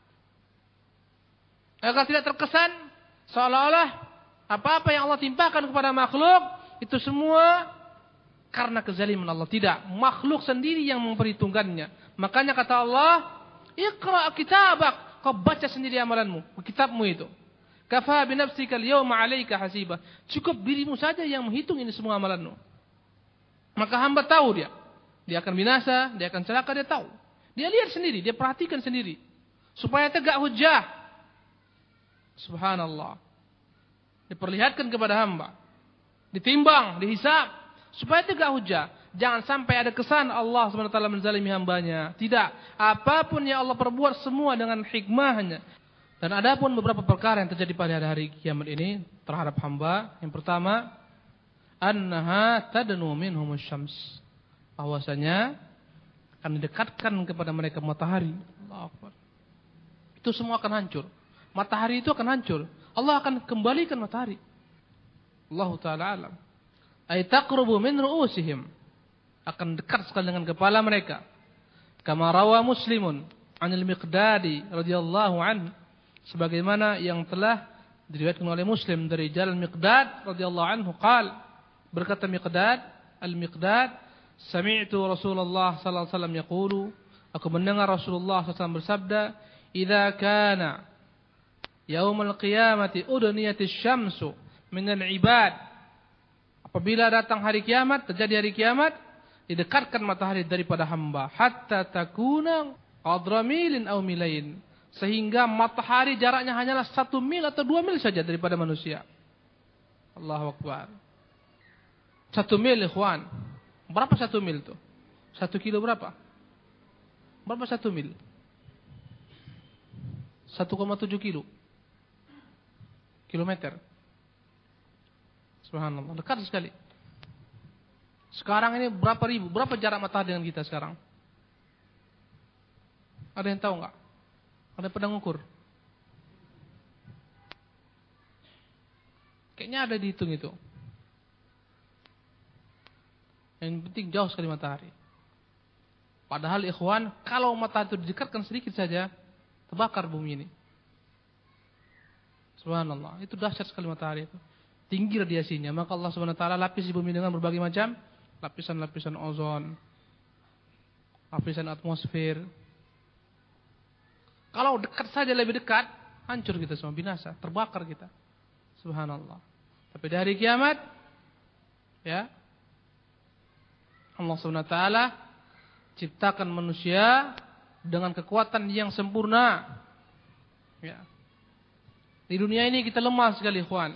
Agar tidak terkesan seolah-olah apa-apa yang Allah timpakan kepada makhluk itu semua karena kezaliman Allah. Tidak, makhluk sendiri yang memperhitungkannya. Makanya kata Allah, "Iqra kitabak," kau baca sendiri amalanmu, kitabmu itu. "Kafa bi nafsika al-yawma 'alaika hasiba." Cukup dirimu saja yang menghitung ini semua amalanmu. Maka hamba tahu dia akan binasa, dia akan celaka, dia tahu. Dia lihat sendiri, dia perhatikan sendiri. Supaya tegak hujjah. Subhanallah. Diperlihatkan kepada hamba. Ditimbang, dihisab. Supaya tegak hujjah. Jangan sampai ada kesan Allah SWT menzalimi hambanya. Tidak. Apapun yang Allah perbuat semua dengan hikmahnya. Dan ada pun beberapa perkara yang terjadi pada hari kiamat ini terhadap hamba. Yang pertama, annaha tadnu minhumus syams, bahwasanya akan didekatkan kepada mereka matahari. Allahu Akbar. Itu semua akan hancur. Matahari itu akan hancur. Allah akan kembalikan matahari. Allahu taala alam. Ay taqrubu min ru'usihim, akan dekat sekali dengan kepala mereka. Kama rawa Muslimun 'anil Miqdadi radhiyallahu anhu sebagaimana yang telah diriwayatkan oleh Muslim dari jalan Miqdad radhiyallahu anhu berkata Al-Miqdad, sami'tu Rasulullah sallallahu alaihi wasallam yaqulu, aku mendengar Rasulullah sallallahu alaihi wasallam bersabda, idza kana yaumul qiyamati udniyatis syamsu minal ibad, apabila datang hari kiamat, terjadi hari kiamat, didekatkan matahari daripada hamba, hatta takuna qadra milin aw milain, sehingga matahari jaraknya hanyalah 1 mil atau 2 mil saja daripada manusia. Allahu Akbar. 1 mil, ikhwan. Berapa 1 mil itu? 1 kilo berapa? Berapa 1 mil? 1,7 kilo. Kilometer. Subhanallah, dekat sekali. Sekarang ini berapa jarak matahari dengan kita sekarang? Ada yang tahu enggak? Ada yang pedang ukur? Kayaknya ada dihitung itu. Yang penting jauh sekali matahari. Padahal ikhwan, kalau matahari itu didekatkan sedikit saja, terbakar bumi ini. Subhanallah, itu dahsyat sekali matahari itu. Tinggi radiasinya, maka Allah Subhanahu wa taala lapisi bumi dengan berbagai macam lapisan-lapisan ozon, lapisan atmosfer. Kalau dekat saja, lebih dekat, hancur kita semua, binasa, terbakar kita. Subhanallah. Tapi dari kiamat, ya, Allah Subhanahu wa taala ciptakan manusia dengan kekuatan yang sempurna. Ya. Di dunia ini kita lemah sekali, ikhwan.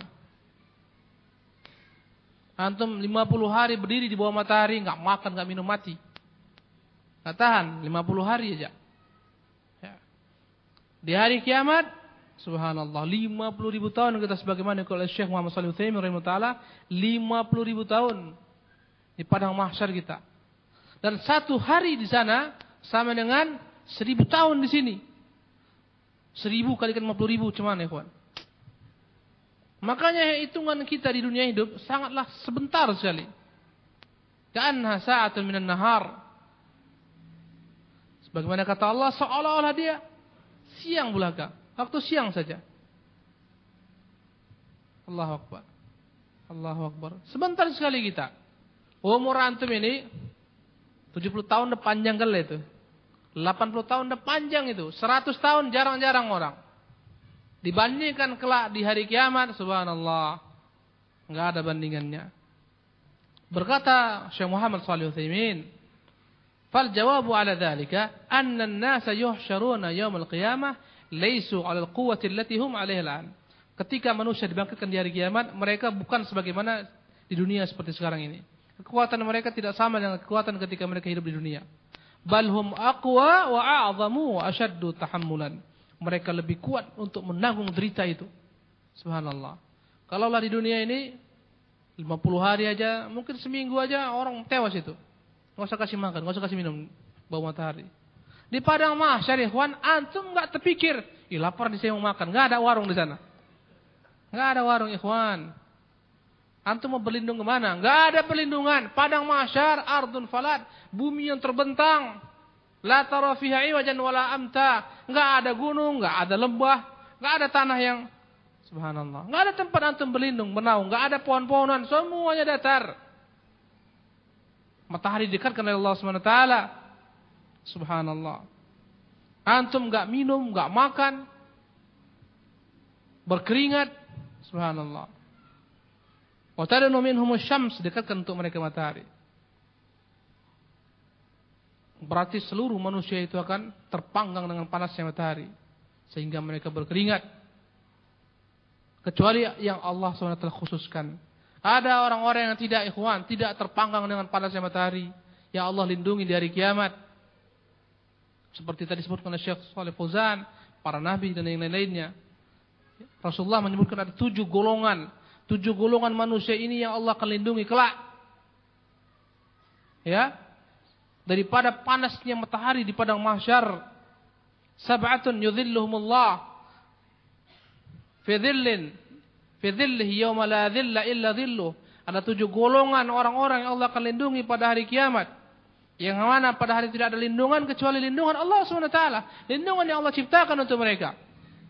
Antum 50 hari berdiri di bawah matahari, enggak makan, enggak minum, mati. Enggak tahan 50 hari aja. Ya. Di hari kiamat, subhanallah, 50.000 tahun kita sebagaimana oleh Syekh Muhammad Shalih Utsaimin rahimahullah, 50.000 tahun di padang mahsyar kita. Dan 1 hari di sana sama dengan 1000 tahun di sini. 1000 kalikan 50.000 cuman, ya kawan. Makanya hitungan kita di dunia hidup sangatlah sebentar sekali. Ka'annaha sa'atun minan nahar. Sebagaimana kata Allah, seolah-olah dia siang belaka, waktu siang saja. Allahu Akbar. Allahu Akbar. Sebentar sekali kita. Umur antum ini 70 tahun udah panjang kali itu. 80 tahun udah panjang itu. 100 tahun jarang-jarang orang. Dibandingkan kelak di hari kiamat, subhanallah, enggak ada bandingannya. Berkata Syekh Muhammad Shalih Utsaimin, "Fal jawabu 'ala dzalika anna an-nasa yuhsyaruna yaumil qiyamah laisu 'ala al-quwwati allati hum 'alaiha al-'an." Ketika manusia dibangkitkan di hari kiamat, mereka bukan sebagaimana di dunia seperti sekarang ini. Kekuatan mereka tidak sama dengan kekuatan ketika mereka hidup di dunia. Bal hum aqwa wa a'zamu wa ashaddu tahammulan. Mereka lebih kuat untuk menanggung derita itu. Subhanallah. Kalaulah di dunia ini 50 hari aja, mungkin seminggu aja orang tewas itu. Enggak usah kasih makan, enggak usah kasih minum bau matahari. Di padang mahsyar, ikhwan, antum enggak terpikir, "Ih, lapar di saya mau makan." Enggak ada warung di sana. Enggak ada warung, ikhwan. Antum mau berlindung ke mana? Enggak ada perlindungan. Padang mahsyar ardun falat, bumi yang terbentang. La tara fiha iwajan wala amta. Enggak ada gunung, enggak ada lembah, enggak ada tanah yang subhanallah. Enggak ada tempat antum berlindung, bernaung, enggak ada pohon-pohonan, semuanya datar. Matahari dekatkan oleh Allah Subhanahu wa taala. Subhanallah. Antum enggak minum, enggak makan, berkeringat, subhanallah. Wa tadnu minhumus syams, dekatkan untuk mereka matahari. Berarti seluruh manusia itu akan terpanggang dengan panasnya matahari, sehingga mereka berkeringat. Kecuali yang Allah SWT khususkan. Ada orang-orang yang tidak, ikhwan, tidak terpanggang dengan panasnya matahari, yang Allah lindungi di hari kiamat. Seperti tadi disebutkan oleh Syekh Shalih Fauzan, para nabi dan yang lain-lainnya. Rasulullah menyebutkan ada 7 golongan. 7 golongan manusia ini yang Allah akan lindungi kelak. Ya, daripada panasnya matahari di padang mahsyar. Sab'atun yudhilluhumullah fi dhillihi yawma la dhilla illa dhilluh. Ada 7 golongan orang-orang yang Allah akan lindungi pada hari kiamat, yang mana pada hari tidak ada lindungan kecuali lindungan Allah SWT, lindungan yang Allah ciptakan untuk mereka.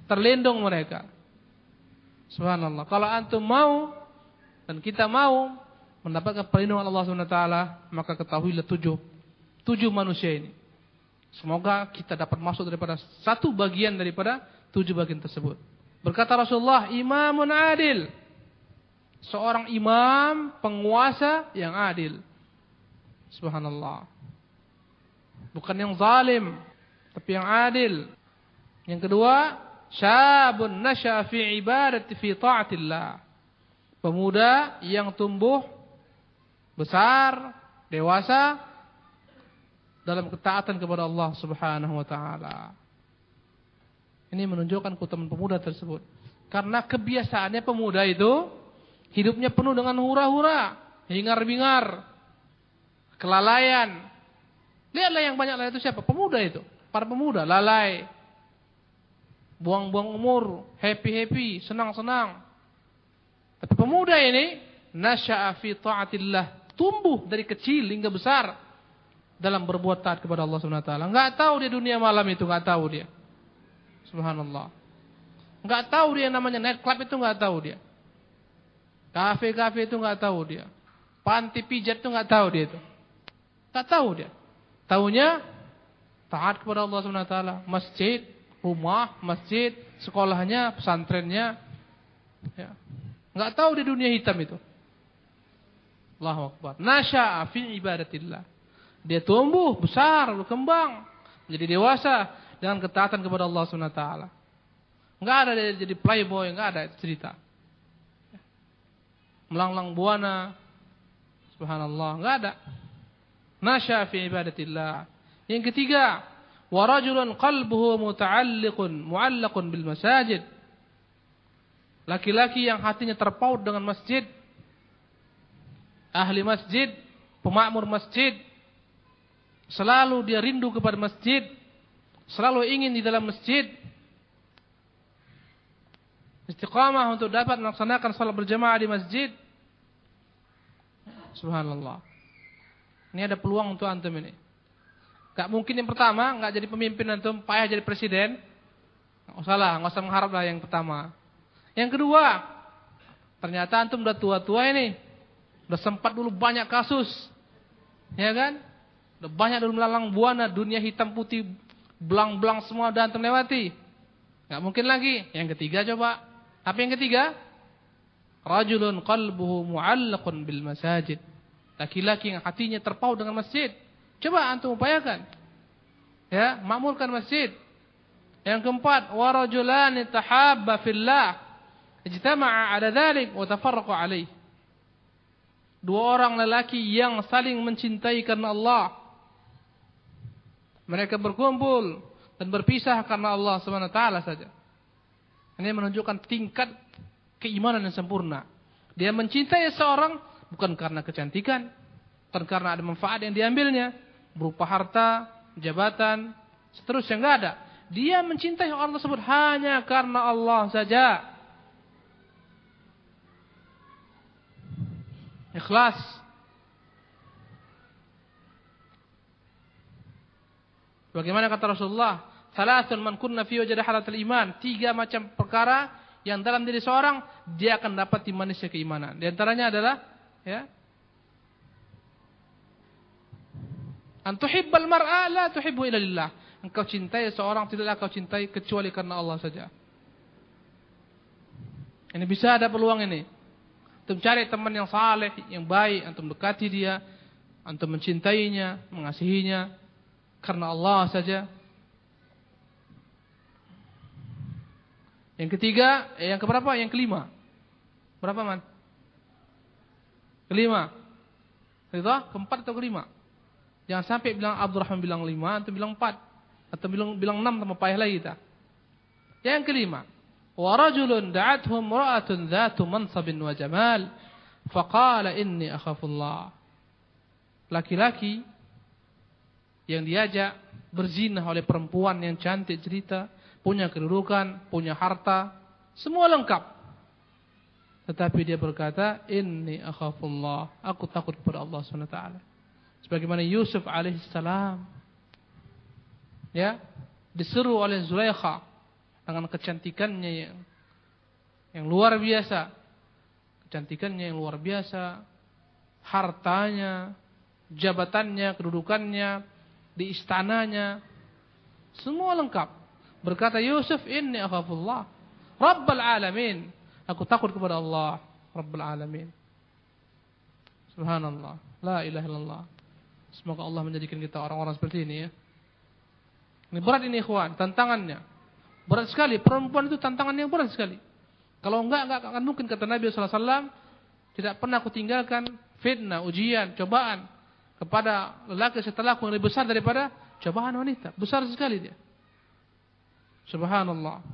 terlindung mereka. Subhanallah. Kalau antum mau dan kita mau mendapatkan perlindungan Allah SWT, maka ketahuilah tujuh manusia ini. Semoga kita dapat masuk daripada satu bagian daripada 7 bagian tersebut. Berkata Rasulullah, imamun adil. Seorang imam, penguasa yang adil. Subhanallah. Bukan yang zalim, tapi yang adil. Yang kedua, syabun nasya fi ibadati fi ta'atillah. Pemuda yang tumbuh besar, dewasa dalam ketaatan kepada Allah Subhanahu wa taala. Ini menunjukkan keutamaan pemuda tersebut. Karena kebiasaannya pemuda itu hidupnya penuh dengan hura-hura, hingar-bingar, kelalaian. Lihatlah yang banyak lalai itu siapa? Pemuda itu. Para pemuda lalai, buang-buang umur, happy-happy, senang-senang. Tapi pemuda ini nasya'a fi ta'atillah, tumbuh dari kecil hingga besar dalam berbuat taat kepada Allah Subhanahu wa taala. Enggak tahu dia dunia malam itu, enggak tahu dia. Subhanallah. Enggak tahu dia namanya night club itu, enggak tahu dia. Kafe-kafe itu enggak tahu dia. Panti pijat itu enggak tahu dia itu. Enggak tahu dia. Taunya taat kepada Allah Subhanahu wa taala, masjid, rumah, masjid, sekolahnya, pesantrennya. Ya. Enggak tahu di dunia hitam itu. Allahu Akbar. Nasya'a fi ibadatillah. Dia tumbuh, besar, berkembang, menjadi dewasa dengan ketaatan kepada Allah Subhanahu wa taala. Enggak ada dia jadi playboy, enggak ada cerita. Melanglang buana, subhanallah, enggak ada. Nasya fi ibadatillah. Yang ketiga, wa rajulun qalbuhu mu'allaqun bil masajid. Laki-laki yang hatinya terpaut dengan masjid, ahli masjid, pemakmur masjid, selalu dia rindu kepada masjid, selalu ingin di dalam masjid, istiqamah untuk dapat melaksanakan salat berjamaah di masjid. Subhanallah. Ini ada peluang untuk antum ini. Gak mungkin yang pertama, gak jadi pemimpin antum, payah jadi presiden. Gak usah lah, gak usah mengharap lah yang pertama. Yang kedua, ternyata antum udah tua-tua ini, udah sempat dulu banyak kasus, ya kan? Udah banyak dulu melalang buana, dunia hitam putih, belang-belang semua udah antum lewati. Gak mungkin lagi. Yang ketiga coba. Apa yang ketiga? Rajulun qalbuhu mu'allaqun bil masajid. Laki-laki yang hatinya terpaut dengan masjid. Coba antum upayakan. Ya, makmurkan masjid. Yang keempat, wa rajulani tahabba fillah, ijtama'a 'ala dzalik wa tafarraqa 'alaihi. 2 orang lelaki yang saling mencintai karena Allah. Mereka berkumpul dan berpisah karena Allah Subhanahu wa taala saja. Ini menunjukkan tingkat keimanan yang sempurna. Dia mencintai seorang bukan karena kecantikan, bukan karena ada manfaat yang diambilnya, berupa harta, jabatan, seterusnya, enggak ada. Dia mencintai orang tersebut hanya karena Allah saja. Ikhlas. Bagaimana kata Rasulullah? Salasun man kunna fi wajada halatul iman. 3 macam perkara yang dalam diri seorang dia akan dapat manisnya keimanan. Di antaranya adalah ya, an tuhibbal mar'a la tuhibbu illa lillah. Engkau cintai seorang tidaklah kau cintai kecuali karena Allah saja. Ini bisa ada peluang ini. Antum cari teman yang saleh, yang baik, antum dekati dia, antum mencintainya, mengasihinya karena Allah saja. Yang ketiga, yang keberapa? Yang kelima. Berapa, man? Kelima. Itu keempat atau kelima? Jangan sampai bilang Abdurrahman bilang 5, antum bilang 4 atau bilang 6 tambah payah lagi kita. Yang kelima, wa rajulun da'athu imra'atun dzatu mansabin wa jamal faqala inni akhafullah. Laki-laki yang diajak berzina oleh perempuan yang cantik cerita, punya kedudukan, punya harta, semua lengkap. Tetapi dia berkata, inni akhafullah, aku takut kepada Allah Subhanahu wa taala. Sebagaimana Yusuf alaihissalam, ya, diseru oleh Zulaikha dengan kecantikannya yang luar biasa. Kecantikannya yang luar biasa, hartanya, jabatannya, kedudukannya, di istananya, semua lengkap. Berkata Yusuf, inni akhafullah Rabbal alamin. Aku takut kepada Allah Rabbal alamin. Subhanallah, la ilaha illallah. Semoga Allah menjadikan kita orang-orang seperti ini ya. Ini berat ini ikhwan, tantangannya berat sekali. Perempuan itu tantangannya berat sekali. Kalau enggak akan mungkin, kata Nabi SAW, tidak pernah aku tinggalkan fitnah, ujian, cobaan kepada lelaki setelahku yang lebih besar daripada cobaan wanita. Besar sekali dia. Subhanallah.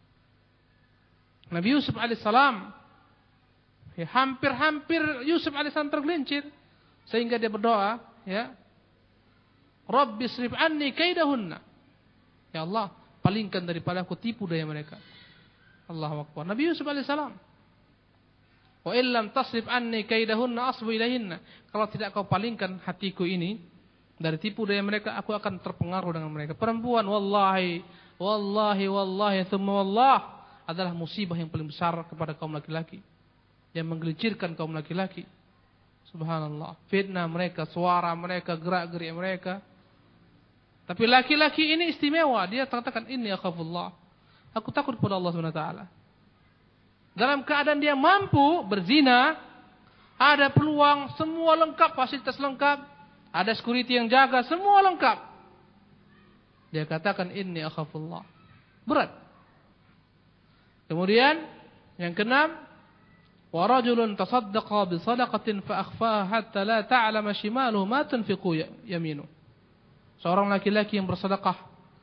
Nabi Yusuf alaihissalam, ya, hampir Yusuf alaihissalam tergelincir, sehingga dia berdoa, ya, Rabbi srif anni kaidahunna. Ya Allah, palingkan daripada aku tipu daya mereka. Allahu Akbar. Nabi Yusuf alaihissalam. Wa illam tasrif anni kaidahunna asbu ilaihinna. Kalau tidak kau palingkan hatiku ini dari tipu daya mereka, aku akan terpengaruh dengan mereka. Perempuan, wallahi thumma wallah, adalah musibah yang paling besar kepada kaum laki-laki, yang menggelincirkan kaum laki-laki. Subhanallah. Fitnah mereka, suara mereka, gerak-gerik mereka. Tapi laki-laki ini istimewa. Dia katakan, inni akhafullah. Aku takut kepada Allah SWT. Dalam keadaan dia mampu berzina, ada peluang, semua lengkap, fasilitas lengkap, ada security yang jaga, semua lengkap. Dia katakan, inni akhafullah. Berat. Kemudian yang keenam, wa rajulun tasaddaqa bi sadaqatin fa akhfaha hatta la ta'lama shimaluhu ma tunfiqu yaminu. Seorang laki-laki yang bersedekah,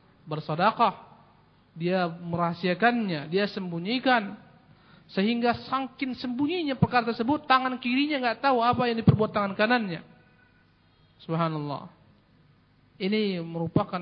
dia merahasiakannya, dia sembunyikan, sehingga saking sembunyinya perkara tersebut, tangan kirinya enggak tahu apa yang diperbuat tangan kanannya. Subhanallah. Ini merupakan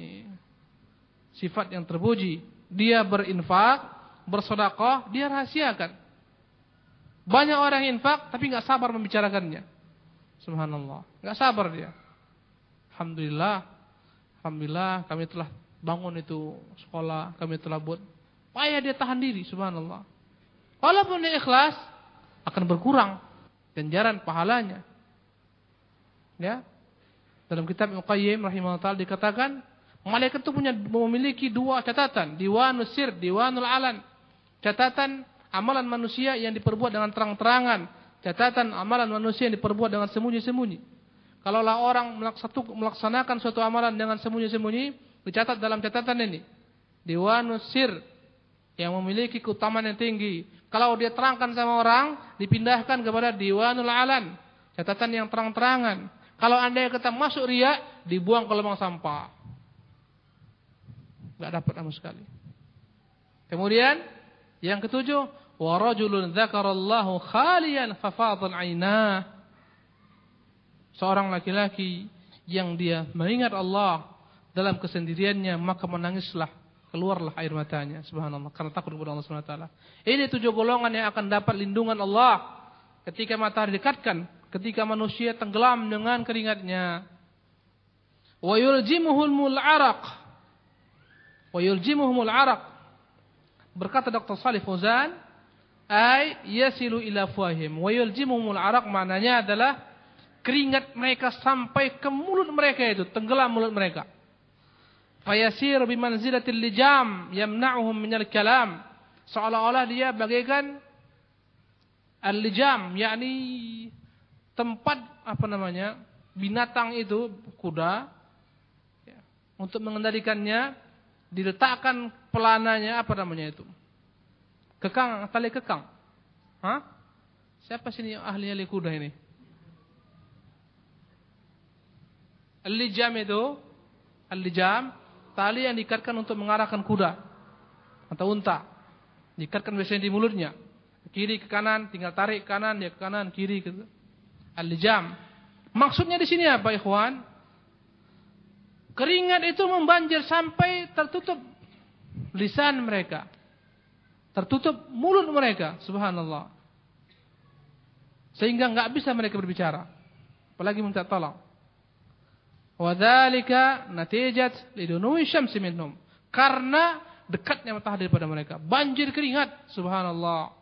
sifat yang terpuji. Dia berinfak, bersedekah, dia rahasiakan. Banyak orang infak tapi enggak sabar membicarakannya. Subhanallah, enggak sabar dia. Alhamdulillah kami telah bangun itu sekolah, kami telah buat. Payah dia tahan diri, subhanallah. Walaupun dia ikhlas, akan berkurang ganjaran pahalanya. Ya. Dalam kitab Ibnu Qayyim rahimahullah ta'ala dikatakan, malaikat itu memiliki dua catatan, diwanus sir, diwanul alan. Catatan amalan manusia yang diperbuat dengan terang-terangan, catatan amalan manusia yang diperbuat dengan sembunyi-sembunyi. Kalaulah orang melaksanakan suatu amalan dengan sembunyi-sembunyi, dicatat dalam catatan ini, diwanus sir, yang memiliki keutamaan yang tinggi. Kalau dia terangkan sama orang, dipindahkan kepada diwanul alan, catatan yang terang-terangan. Kalau anda kata masuk riya, dibuang ke lubang sampah, enggak dapat sama sekali. Kemudian yang ketujuh, wa rajulun dzakarallahu khaliyan fafadhal ainah. Seorang laki-laki yang dia mengingat Allah dalam kesendiriannya, maka menangislah, keluarlah air matanya, subhanallah, karena takut kepada Allah SWT. Ini 7 golongan yang akan dapat lindungan Allah ketika matahari dekatkan, ketika manusia tenggelam dengan keringatnya. Wa yuljimuhumul araq. Berkata Dr. Shalih Fauzan, ay yasilu ila afwahim. Wa yuljimuhumul araq maknanya adalah keringat mereka sampai ke mulut mereka, itu tenggelam mulut mereka. Fayasir bimanzilatil lijam yamna'uhum minal kalam. Seolah-olah dia bagaikan al-lijam, yakni tempat binatang itu, kuda, ya, untuk mengendalikannya diletakkan pelananya tali kekang. Siapa sini ahlinya kuda ini? Al-lijam itu, tali yang diikatkan untuk mengarahkan kuda atau unta. Diikatkan biasanya di mulutnya. Kiri ke kanan, tinggal tarik kanan, dia ke kanan, kiri ke al-lijam. Maksudnya di sini apa, ikhwan? Keringat itu membanjir sampai tertutup lisan mereka, tertutup mulut mereka, subhanallah. Sehingga enggak bisa mereka berbicara, apalagi minta tolong. Wa dzalika natijat lidunuwi syamsi minhum. Karena dekatnya matahari pada mereka. Banjir keringat, subhanallah.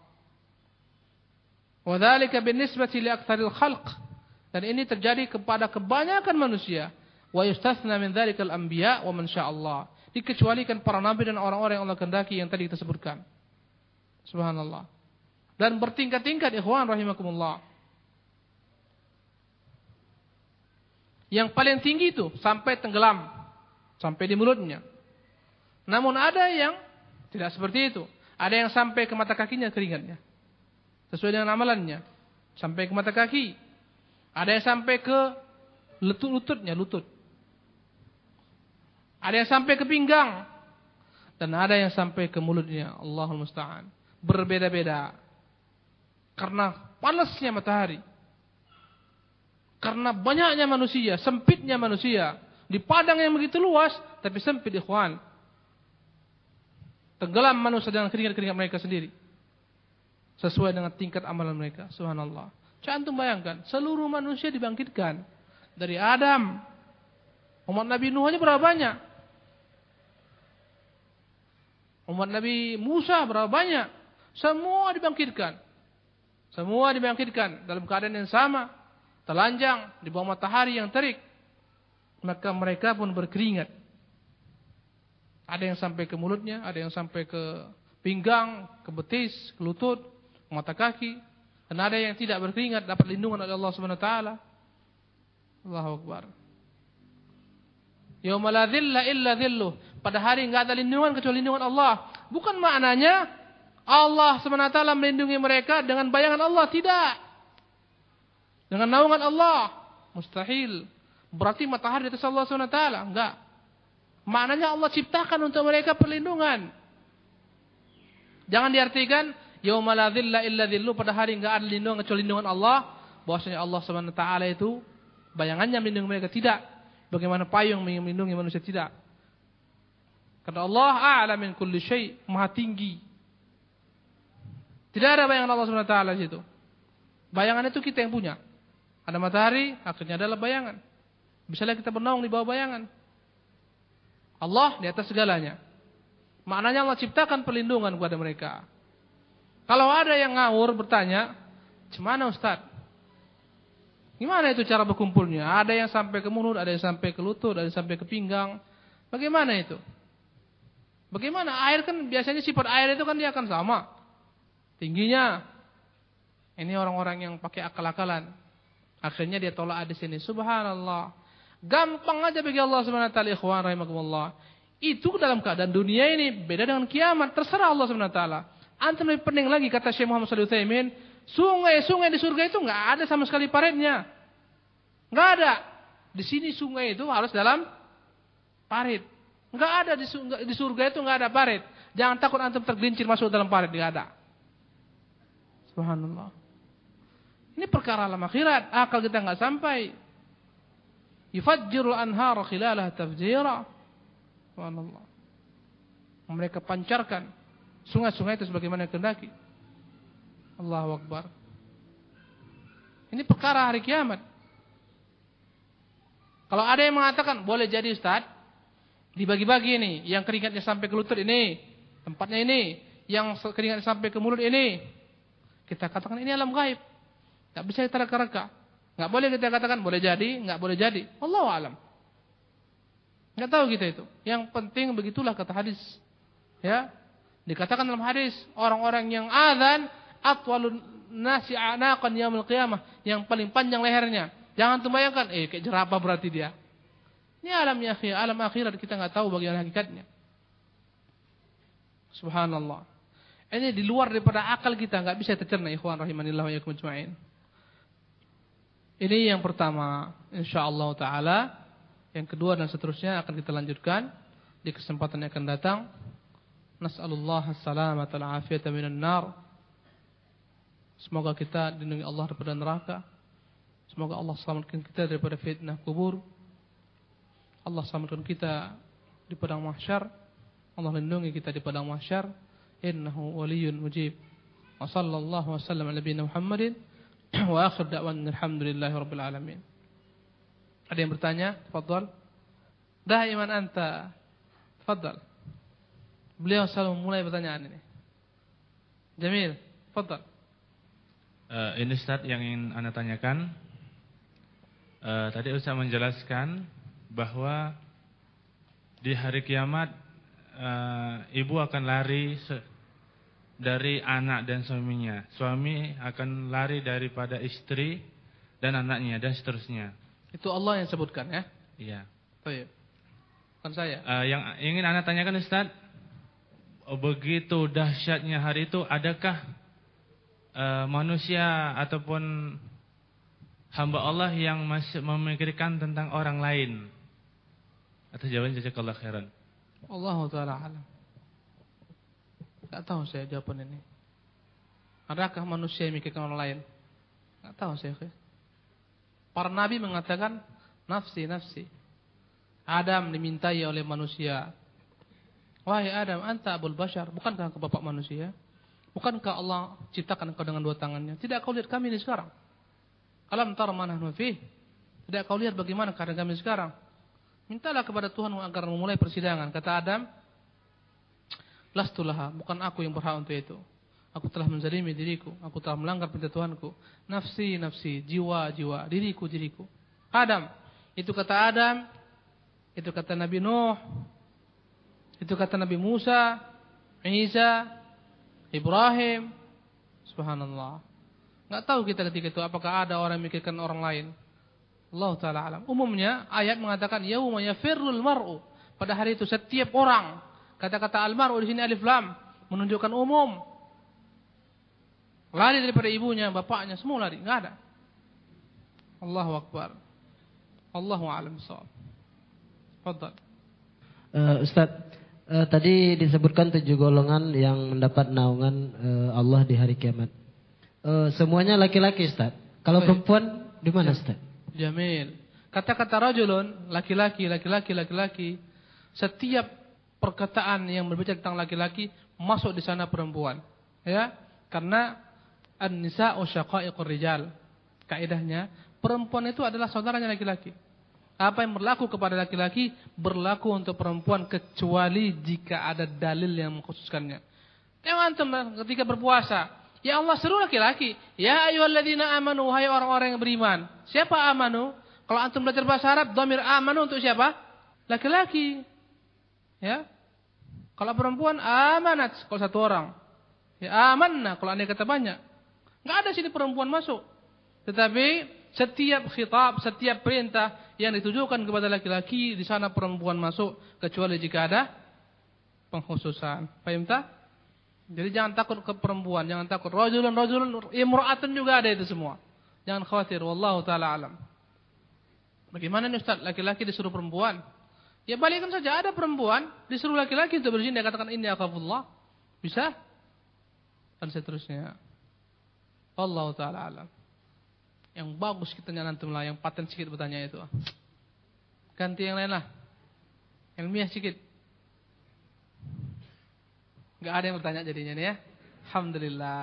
Wa dzalika binisbati li aktsaril khalq. Dan ini terjadi kepada kebanyakan manusia. Wa yustathna min dzalikal anbiya wa man sya'allah. Dikecualikan para nabi dan orang-orang yang Allah kehendaki yang tadi kita sebutkan. Subhanallah. Dan bertingkat-tingkat ikhwan rahimakumullah. Yang paling tinggi itu sampai tenggelam, sampai di mulutnya. Namun ada yang tidak seperti itu. Ada yang sampai ke mata kakinya keringatnya. Sesuai dengan amalannya. Sampai ke mata kaki. Ada yang sampai ke lututnya, lutut. Ada yang sampai ke pinggang. Dan ada yang sampai ke mulutnya. Allahul musta'an. Berbeda-beda. Karena panasnya matahari. Karena banyaknya manusia, sempitnya manusia. Di padang yang begitu luas, tapi sempit ikhwan. Tenggelam manusia dengan keringat-keringat mereka sendiri. Sesuai dengan tingkat amalan mereka. Subhanallah. Antum bayangkan, seluruh manusia dibangkitkan. Dari Adam. Umat Nabi Nuh aja berapa banyak? Umat Nabi Musa berapa banyak? Semua dibangkitkan. Semua dibangkitkan dalam keadaan yang sama. Telanjang di bawah matahari yang terik. Maka mereka pun berkeringat. Ada yang sampai ke mulutnya, ada yang sampai ke pinggang, ke betis, ke lutut, ke mata kaki. Dan ada yang tidak berkeringat, dapat lindungan oleh Allah Subhanahu wa taala. Allahu Akbar. Yauma la dhilla illa dhilluh. Pada hari enggak ada lindungan kecuali lindungan Allah. Bukan maknanya Allah Subhanahu wa taala melindungi mereka dengan bayangan Allah, tidak. Dengan naungan Allah, mustahil. Berarti matahari di atas Allah Subhanahu wa taala, enggak. Maknanya Allah ciptakan untuk mereka perlindungan. Jangan diartikan yauma la dhilla illa dhilluh, pada hari enggak ada lindungan kecuali lindungan Allah. Bahwasanya Allah Subhanahu wa taala itu bayangannya melindungi mereka, tidak. Bagaimana payung melindungi manusia, tidak. Karena Allah a'la min kulli syai', maha tinggi. Tidak ada bayangan Allah Subhanahu wa taala di situ. Bayangan itu kita yang punya. Ada matahari, akhirnya adalah bayangan. Misalnya kita bernaung di bawah bayangan. Allah di atas segalanya. Maknanya Allah ciptakan perlindungan kepada mereka. Kalau ada yang ngawur bertanya, "Gimana Ustaz? Gimana itu cara berkumpulnya? Ada yang sampai ke mulut, ada yang sampai ke lutut, ada yang sampai ke pinggang. Bagaimana itu?" Bagaimana? Air kan biasanya sifat air itu kan dia akan sama. Tingginya. Ini orang-orang yang pakai akal-akalan. Akhirnya dia tolak di sini. Subhanallah. Gampang aja bagi Allah Subhanahu wa taala, ikhwan rahimakumullah. Itu dalam keadaan dunia ini beda dengan kiamat, terserah Allah Subhanahu wa taala. Antum lebih pening lagi kata Syekh Muhammad Shalih Utsaimin, sungai-sungai di surga itu enggak ada sama sekali paritnya. Enggak ada. Di sini sungai itu harus dalam parit. Enggak ada di surga itu enggak ada parit. Jangan takut antum tergelincir masuk dalam parit, enggak ada. Subhanallah. Ini perkara alam akhirat, akal kita enggak sampai. Yufajjirul anhar khilalah tafjira. Subhanallah. Mereka pancarkan sungai-sungai itu sebagaimana kehendaki. Allahu Akbar. Ini perkara hari kiamat. Kalau ada yang mengatakan boleh jadi Ustaz, dibagi-bagi ini, yang keringatnya sampai ke lutut ini, tempatnya ini, yang keringatnya sampai ke mulut ini, kita katakan ini alam gaib. Enggak bisa kita reka-reka. Enggak boleh kita katakan boleh jadi, enggak boleh jadi. Wallahu alam. Enggak tahu kita itu. Yang penting begitulah kata hadis. Ya. Dikatakan dalam hadis, orang-orang yang azan atwalun nasi anaqan yaumil qiyamah, yang paling panjang lehernya. Jangan terbayangkan, kayak jerapah berarti dia. Ini alam ya akhi, alam akhirat kita enggak tahu bagaimana hakikatnya. Subhanallah. Ini di luar daripada akal kita, enggak bisa tercerna, ikhwan rahimanillah wa iyyakum ajma'in. Ini yang pertama, insyaallah taala. Yang kedua dan seterusnya akan kita lanjutkan di kesempatan yang akan datang. Nas'alullah as-salamata wal afiyata minan nar. Semoga kita dilindungi Allah daripada neraka. Semoga Allah selamatkan kita daripada fitnah kubur. Allah selamatkan kita di padang mahsyar. Allah lindungi kita di padang mahsyar. Innahu waliyyun mujib. Wa sallallahu wasallam ala nabiyina Muhammadin wa akhir da'wan alhamdulillahi rabbil alamin. Ada yang bertanya? Tafadhal. Da'iman anta. Tafadhal. Beliau selalu memulai pertanyaan ini. Jamil, fadhal. Ini Ustaz yang ingin Anda tanyakan. Tadi Ustaz menjelaskan bahwa di hari kiamat ibu akan lari dari anak dan suaminya. Suami akan lari daripada istri dan anaknya dan seterusnya. Itu Allah yang sebutkan ya? Iya. Baik. Bukan saya. Yang ingin Anda tanyakan Ustaz, begitu dahsyatnya hari itu, adakah manusia ataupun hamba Allah yang masih memikirkan tentang orang lain? Atas jawaban jazakallahu khairan. Allahu ta'ala alam. Gak tahu saya jawaban ini. Adakah manusia yang memikirkan orang lain? Gak tahu saya. Para nabi mengatakan nafsi, nafsi. Adam dimintai oleh manusia. Wahai Adam, anta abul bashar. Bukankah engkau bapak manusia? Bukankah Allah ciptakan engkau dengan dua tangannya? Tidak kau lihat kami ini sekarang? Alam tara ma nahnu fih? Tidak kau lihat bagaimana keadaan kami sekarang? Mintalah kepada Tuhan agar memulai persidangan. Kata Adam, lastulaha, bukan aku yang berhak untuk itu. Aku telah menzalimi diriku, aku telah melanggar perintah Tuhanku. Nafsi, nafsi, jiwa, jiwa, diriku, diriku. Adam, itu kata Adam, itu kata Nabi Nuh, itu kata Nabi Musa, Isa, Ibrahim. Subhanallah. Enggak tahu kita ketika itu apakah ada orang yang memikirkan orang lain. Allah Ta'ala alam. Umumnya ayat mengatakan yauma yafirrul mar'u. Pada hari itu setiap orang, kata-kata al-mar'u di sini alif lam menunjukkan umum. Lari daripada ibunya, bapaknya, semua lari, enggak ada. Allahu akbar. Allahu a'lam bissawab. Fadhal. Ustaz, tadi disebutkan 7 golongan yang mendapat naungan Allah di hari kiamat. Semuanya laki-laki, Ustaz. Kalau perempuan di mana, Ustaz? Jamil. Kata-kata rajulun, laki-laki, laki-laki, laki-laki. Setiap perkataan yang berbicara tentang laki-laki masuk di sana perempuan. Ya, karena an-nisa'u syaqa'iqur rijal. Kaidahnya, perempuan itu adalah saudaranya laki-laki. Apa yang berlaku kepada laki-laki berlaku untuk perempuan kecuali jika ada dalil yang mengkhususkannya. Yang antum ketika berpuasa, ya Allah seru laki-laki. Ya ayyuhalladzina amanu, hai orang-orang yang beriman. Siapa amanu? Kalau antum belajar bahasa Arab, dhamir amanu untuk siapa? Laki-laki. Ya. Kalau perempuan amanat kalau satu orang. Ya amanna kalau anda kata banyak. Enggak ada sini perempuan masuk. Tetapi setiap khitab, setiap perintah yang ditujukan kepada laki-laki, di sana perempuan masuk kecuali jika ada pengkhususan. Paham tak? Jadi jangan takut ke perempuan, jangan takut. Rajulun, imra'atun juga ada itu semua. Jangan khawatir, wallahu taala alam. Bagaimana nih Ustaz, laki-laki disuruh perempuan? Ya balikkan saja, ada perempuan disuruh laki-laki untuk berzina, dia katakan inni akhafullah. Bisa? Dan seterusnya. Wallahu taala alam. Yang bagus kita nyantum lah, yang paten sedikit bertanya itu. Ganti yang lain lah. Ilmiah sedikit. Enggak ada yang bertanya jadinya nih ya. Alhamdulillah.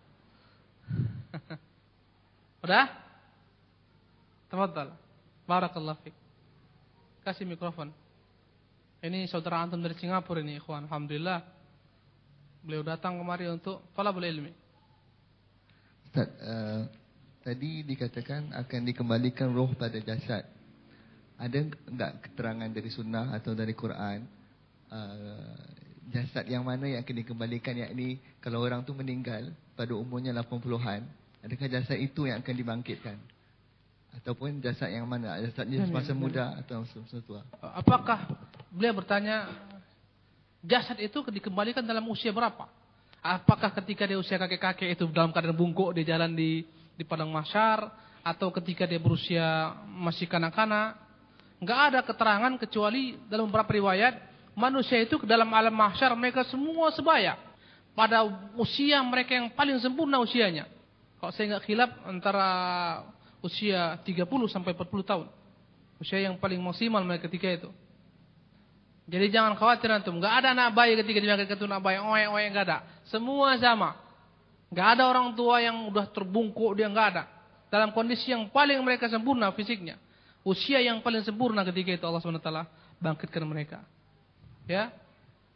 Udah? Tafadhal. Barakallahu fik. Kasih mikrofon. Ini saudara antum dari Singapura ini, ikhwan. Alhamdulillah. Beliau datang kemari untuk talabul ilmi. Ustaz, tadi dikatakan akan dikembalikan roh pada jasad. Ada enggak keterangan dari sunnah atau dari Quran jasad yang mana yang akan dikembalikan, yakni kalau orang tu meninggal pada umurnya 80-an, adakah jasad itu yang akan dibangkitkan? Ataupun jasad yang mana? Jasadnya semasa muda atau semasa tua? Apakah beliau bertanya jasad itu dikembalikan dalam usia berapa? Apakah ketika dia usia kakek-kakek itu dalam keadaan bungkuk di jalan di padang mahsyar, atau ketika dia berusia masih kanak-kanak? Enggak ada keterangan kecuali dalam beberapa riwayat manusia itu ke dalam alam mahsyar mereka semua sebaya pada usia mereka yang paling sempurna usianya. Kalau saya enggak khilaf antara usia 30 sampai 40 tahun. Usia yang paling maksimal mereka ketika itu. Jadi jangan khawatir antum, enggak ada anak bayi ketika diangkat ke anak bayi, oe enggak ada. Semua sama. Enggak ada orang tua yang udah terbungkuk, dia enggak ada. Dalam kondisi yang paling mereka sempurna fisiknya. Usia yang paling sempurna ketika itu Allah SWT bangkitkan mereka. Ya.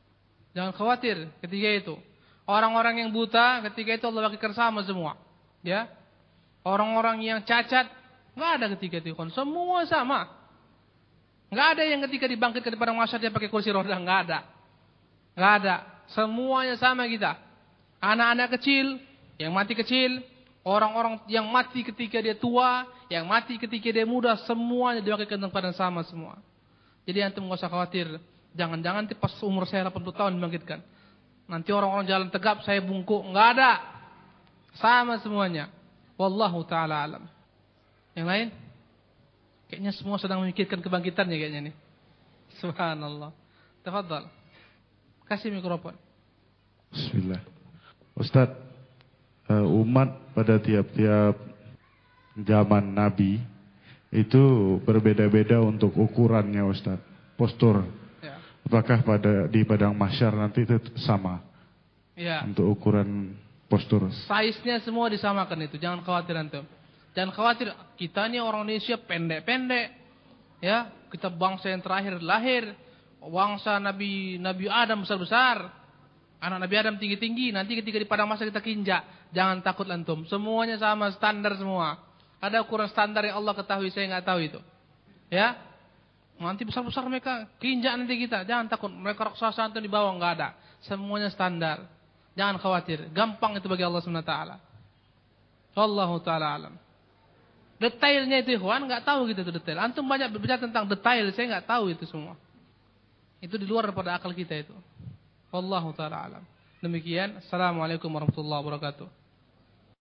Jangan khawatir ketika itu. Orang-orang yang buta ketika itu Allah bagikan sama semua. Ya. Orang-orang yang cacat enggak ada ketika itu. Semua sama. Enggak ada yang ketika dibangkitkan pada mahsyar dia pakai kursi roda, enggak ada. Enggak ada. Semuanya sama kita. Anak-anak kecil yang mati kecil, orang-orang yang mati ketika dia tua, yang mati ketika dia muda, semuanya dibangkitkan pada sama semua. Jadi antum enggak usah khawatir. Jangan-jangan nanti pas umur saya 80 tahun dibangkitkan. Nanti orang-orang jalan tegap, saya bungkuk. Enggak ada. Sama semuanya. Wallahu ta'ala alam. Yang lain? Kayaknya semua sedang memikirkan kebangkitannya kayaknya nih. Subhanallah. Tafadhal. Kasih mikrofon. Bismillah. Ustaz, umat pada tiap-tiap zaman Nabi itu berbeda-beda untuk ukurannya Ustaz. Postur. Apakah di padang mahsyar nanti itu sama? Ya. Untuk ukuran postur. Size-nya semua disamakan itu. Jangan khawatir antum. Jangan khawatir. Kita ini orang Indonesia pendek-pendek. Ya, kita bangsa yang terakhir lahir. Bangsa Nabi Adam besar-besar. Anak Nabi Adam tinggi-tinggi. Nanti ketika di padang mahsyar kita kinjak. Jangan takut antum. Semuanya sama, standar semua. Ada ukuran standar yang Allah ketahui, saya nggak tahu itu. Ya. Nanti besar-besar mereka, kinjak nanti kita. Jangan takut, mereka raksasa nanti di bawah, enggak ada. Semuanya standar. Jangan khawatir, gampang itu bagi Allah SWT. Wallahu ta'ala alam. Detailnya itu ikhwan, enggak tahu gitu itu detail. Antum banyak berbicara tentang detail, saya enggak tahu itu semua. Itu di luar daripada akal kita itu. Wallahu ta'ala alam. Demikian, assalamualaikum warahmatullahi wabarakatuh.